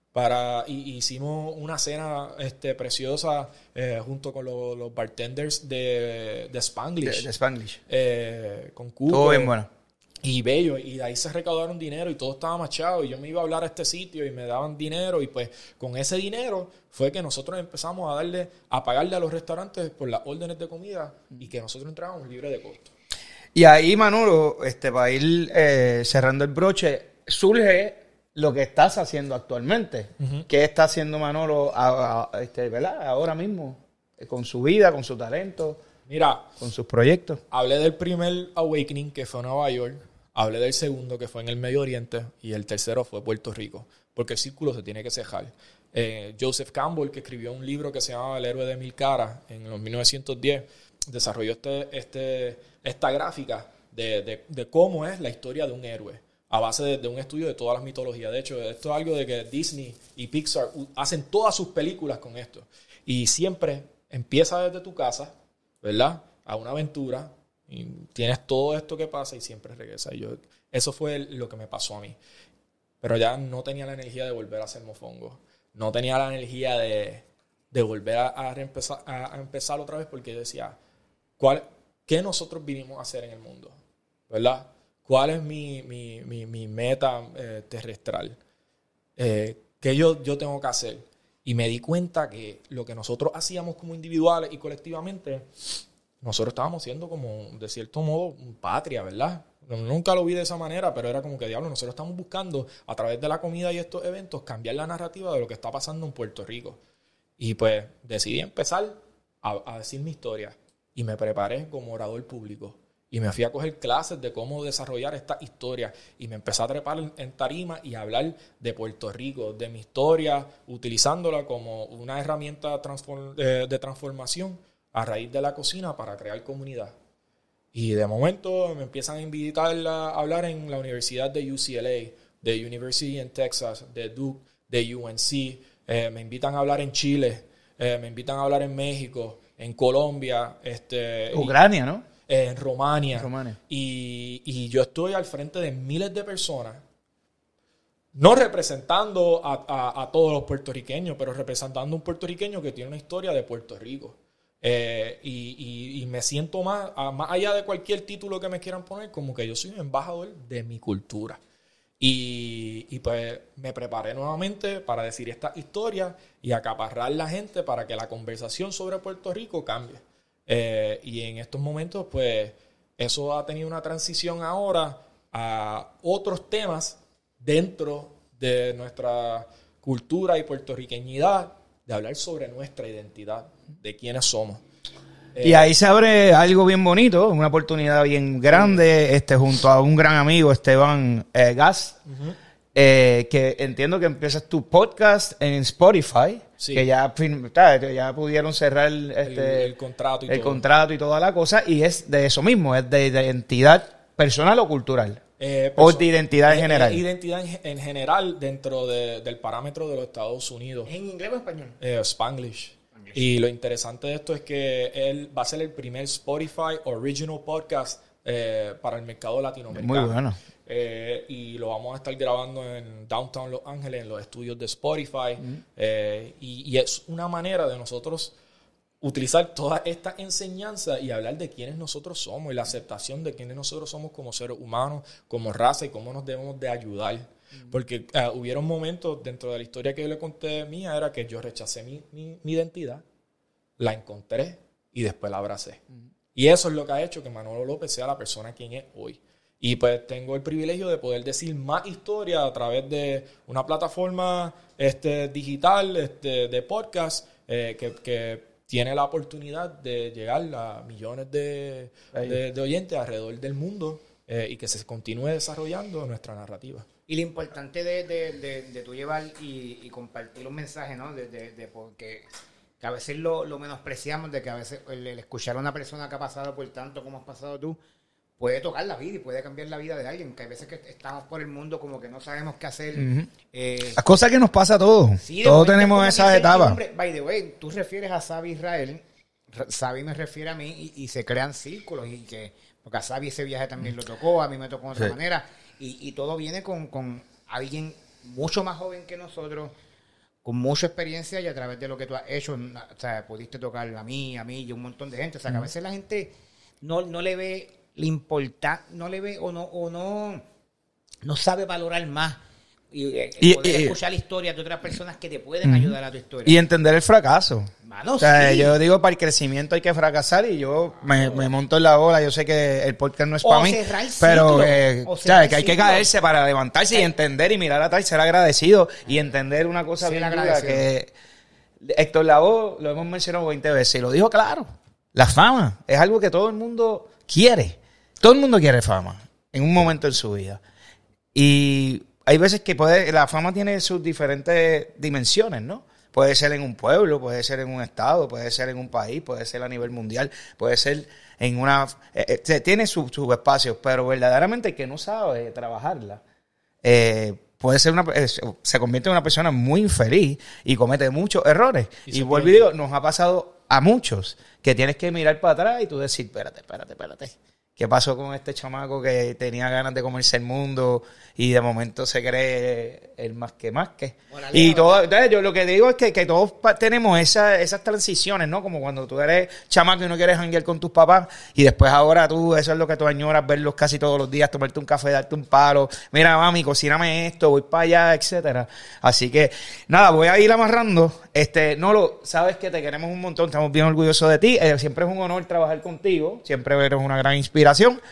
Y hicimos una cena preciosa junto con los bartenders de Spanglish. De Spanglish. Con Cuco. Todo bien bueno. Y bello, y de ahí se recaudaron dinero y todo estaba machado y yo me iba a hablar a este sitio y me daban dinero y pues con ese dinero fue que nosotros empezamos a pagarle a los restaurantes por las órdenes de comida y que nosotros entrábamos libre de costo. Y ahí, Manolo, para ir cerrando el broche, surge lo que estás haciendo actualmente. Uh-huh. ¿Qué está haciendo Manolo ¿verdad? Ahora mismo? Con su vida, con su talento, mira, con sus proyectos. Hablé del primer Awakening que fue en Nueva York. Hablé del segundo, que fue en el Medio Oriente, y el tercero fue Puerto Rico, porque el círculo se tiene que cejar. Joseph Campbell, que escribió un libro que se llamaba El héroe de mil caras en los 1910, desarrolló esta gráfica de cómo es la historia de un héroe, a base de un estudio de todas las mitologías. De hecho, esto es algo de que Disney y Pixar hacen todas sus películas con esto. Y siempre empieza desde tu casa, ¿verdad? A una aventura, y tienes todo esto que pasa y siempre regresa. Eso fue lo que me pasó a mí. Pero ya no tenía la energía de volver a hacer mofongo. No tenía la energía de volver a empezar otra vez, porque yo decía, ¿qué nosotros vinimos a hacer en el mundo? ¿Verdad? ¿Cuál es mi meta terrestral? ¿Qué yo tengo que hacer? Y me di cuenta que lo que nosotros hacíamos como individuales y colectivamente, nosotros estábamos siendo como, de cierto modo, patria, ¿verdad? Nunca lo vi de esa manera, pero era como que, diablo, nosotros estamos buscando a través de la comida y estos eventos cambiar la narrativa de lo que está pasando en Puerto Rico. Y pues decidí empezar a decir mi historia y me preparé como orador público. Y me fui a coger clases de cómo desarrollar esta historia y me empecé a trepar en tarima y a hablar de Puerto Rico, de mi historia, utilizándola como una herramienta de transformación a raíz de la cocina para crear comunidad. Y de momento me empiezan a invitar a hablar en la Universidad de UCLA, de University in Texas, de Duke, de UNC. Me invitan a hablar en Chile, me invitan a hablar en México, en Colombia. Ucrania, ¿no? En Rumania. Rumania. Y yo estoy al frente de miles de personas, no representando a todos los puertorriqueños, pero representando a un puertorriqueño que tiene una historia de Puerto Rico. Y me siento más allá de cualquier título que me quieran poner, como que yo soy un embajador de mi cultura. Y pues me preparé nuevamente para decir esta historia y acaparrar la gente para que la conversación sobre Puerto Rico cambie. Y en estos momentos, pues, eso ha tenido una transición ahora a otros temas dentro de nuestra cultura y puertorriqueñidad, de hablar sobre nuestra identidad, de quiénes somos. Y ahí se abre algo bien bonito, una oportunidad bien grande, junto a un gran amigo, Esteban Gas, que entiendo que empiezas tu podcast en Spotify, sí, que ya pudieron cerrar el contrato y toda la cosa, y es de eso mismo, es de identidad personal o cultural. O de identidad en general. Identidad en general dentro del parámetro de los Estados Unidos. ¿En inglés o español? Spanglish. Y lo interesante de esto es que él va a ser el primer Spotify Original Podcast para el mercado latinoamericano. Muy bueno. Y lo vamos a estar grabando en Downtown Los Ángeles, en los estudios de Spotify. Y es una manera de nosotros utilizar toda esta enseñanza y hablar de quiénes nosotros somos y la aceptación de quiénes nosotros somos como seres humanos, como raza y cómo nos debemos de ayudar. Porque hubieron momentos dentro de la historia que yo le conté mía, era que yo rechacé mi identidad, la encontré y después la abracé. Y eso es lo que ha hecho que Manolo López sea la persona quien es hoy. Y pues tengo el privilegio de poder decir más historia a través de una plataforma digital de podcast que tiene la oportunidad de llegar a millones de oyentes alrededor del mundo y que se continúe desarrollando nuestra narrativa. Y lo importante de tú llevar y compartir un mensaje, ¿no? Porque que a veces lo menospreciamos, de que a veces el escuchar a una persona que ha pasado por tanto como has pasado tú, puede tocar la vida y puede cambiar la vida de alguien. Que a veces que estamos por el mundo como que no sabemos qué hacer. Las cosas que nos pasa a todos. Sí, todos tenemos esas etapas. By the way, tú refieres a Sabi Israel, Sabi me refiere a mí y se crean círculos. Porque a Sabi ese viaje también lo tocó, a mí me tocó de otra manera. Y todo viene con alguien mucho más joven que nosotros, con mucha experiencia y a través de lo que tú has hecho, o sea, pudiste tocar a mí y un montón de gente. O sea, que a veces la gente no le ve la importancia, no le ve o no sabe valorar más y poder escuchar la historia de otras personas que te pueden ayudar a tu historia. Y entender el fracaso. Mano, o sea, sí. Yo digo, para el crecimiento hay que fracasar y yo me monto en la ola. Yo sé que el podcast no es para mí, pero que hay que caerse para levantarse y entender y mirar atrás y ser agradecido y entender una cosa bien dura que Héctor Lavoe lo hemos mencionado 20 veces y lo dijo claro. La fama es algo que todo el mundo quiere. Todo el mundo quiere fama en un momento en su vida. Y hay veces que la fama tiene sus diferentes dimensiones, ¿no? Puede ser en un pueblo, puede ser en un estado, puede ser en un país, puede ser a nivel mundial, puede ser en una... tiene sus espacios, pero verdaderamente el que no sabe trabajarla puede ser se convierte en una persona muy infeliz y comete muchos errores. Y vuelvo y digo, nos ha pasado a muchos que tienes que mirar para atrás y tú decir, espérate. ¿Qué pasó con este chamaco que tenía ganas de comerse el mundo y de momento se cree el más que? Y todo, entonces yo lo que digo es que todos tenemos esas transiciones, ¿no? Como cuando tú eres chamaco y no quieres janguear con tus papás y después ahora eso es lo que tú añoras, verlos casi todos los días, tomarte un café, darte un palo, mira mami, cocíname esto, voy para allá, etcétera. Así que nada, voy a ir amarrando. Nolo, sabes que te queremos un montón, estamos bien orgullosos de ti, siempre es un honor trabajar contigo, siempre eres una gran inspiración.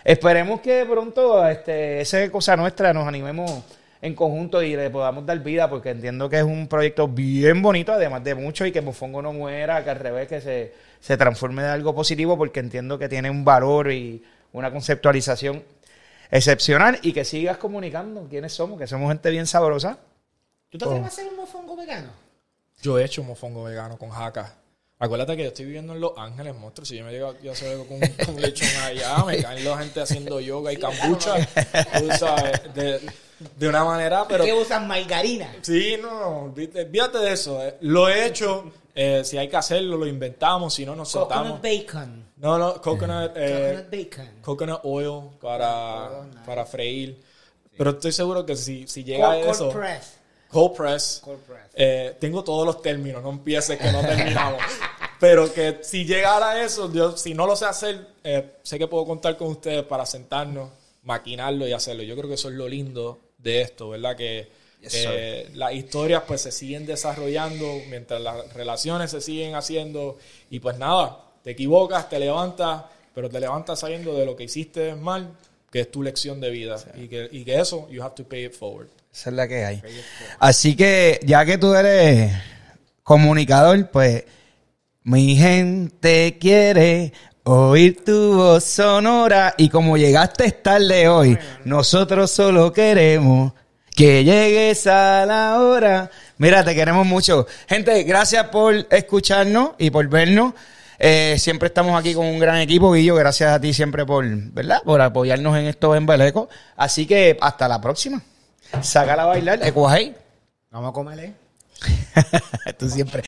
esperemos que pronto esa cosa nuestra nos animemos en conjunto y le podamos dar vida, porque entiendo que es un proyecto bien bonito, además de mucho, y que Mofongo no muera, que al revés, que se transforme de algo positivo, porque entiendo que tiene un valor y una conceptualización excepcional, y que sigas comunicando quiénes somos, que somos gente bien sabrosa. ¿Tú te atreves a hacer un mofongo vegano? Yo he hecho mofongo vegano con jaca. Acuérdate que yo estoy viviendo en Los Ángeles, monstruo. Si yo me llego yo hacer con lechón allá, me caen la gente haciendo yoga y kombucha. Tú sabes, de una manera, pero... ¿Qué usan margarina? Sí, no, fíjate de eso. Lo he hecho. Si hay que hacerlo, lo inventamos. Si no, nos sentamos. Coconut bacon. No, coconut Bacon. coconut oil para freír. Pero estoy seguro que si llega a eso... Cold press. Tengo todos los términos, no empieces que no terminamos. Pero que si llegara a eso, yo, si no lo sé hacer, sé que puedo contar con ustedes para sentarnos, maquinarlo y hacerlo. Yo creo que eso es lo lindo de esto, ¿verdad? Que las historias pues se siguen desarrollando mientras las relaciones se siguen haciendo. Y pues nada, te equivocas, te levantas, pero te levantas sabiendo de lo que hiciste mal, que es tu lección de vida. Sí. Y que eso, you have to pay it forward. Esa es la que hay. Así que, ya que tú eres comunicador, pues, mi gente quiere oír tu voz sonora. Y como llegaste tarde hoy, nosotros solo queremos que llegues a la hora. Mira, te queremos mucho. Gente, gracias por escucharnos y por vernos. Siempre estamos aquí con un gran equipo, Guillo. Gracias a ti siempre ¿verdad? Por apoyarnos en estos embelecos. Así que, hasta la próxima. Sácala a bailar, Ecuajay. Vamos a comerle. Tú siempre.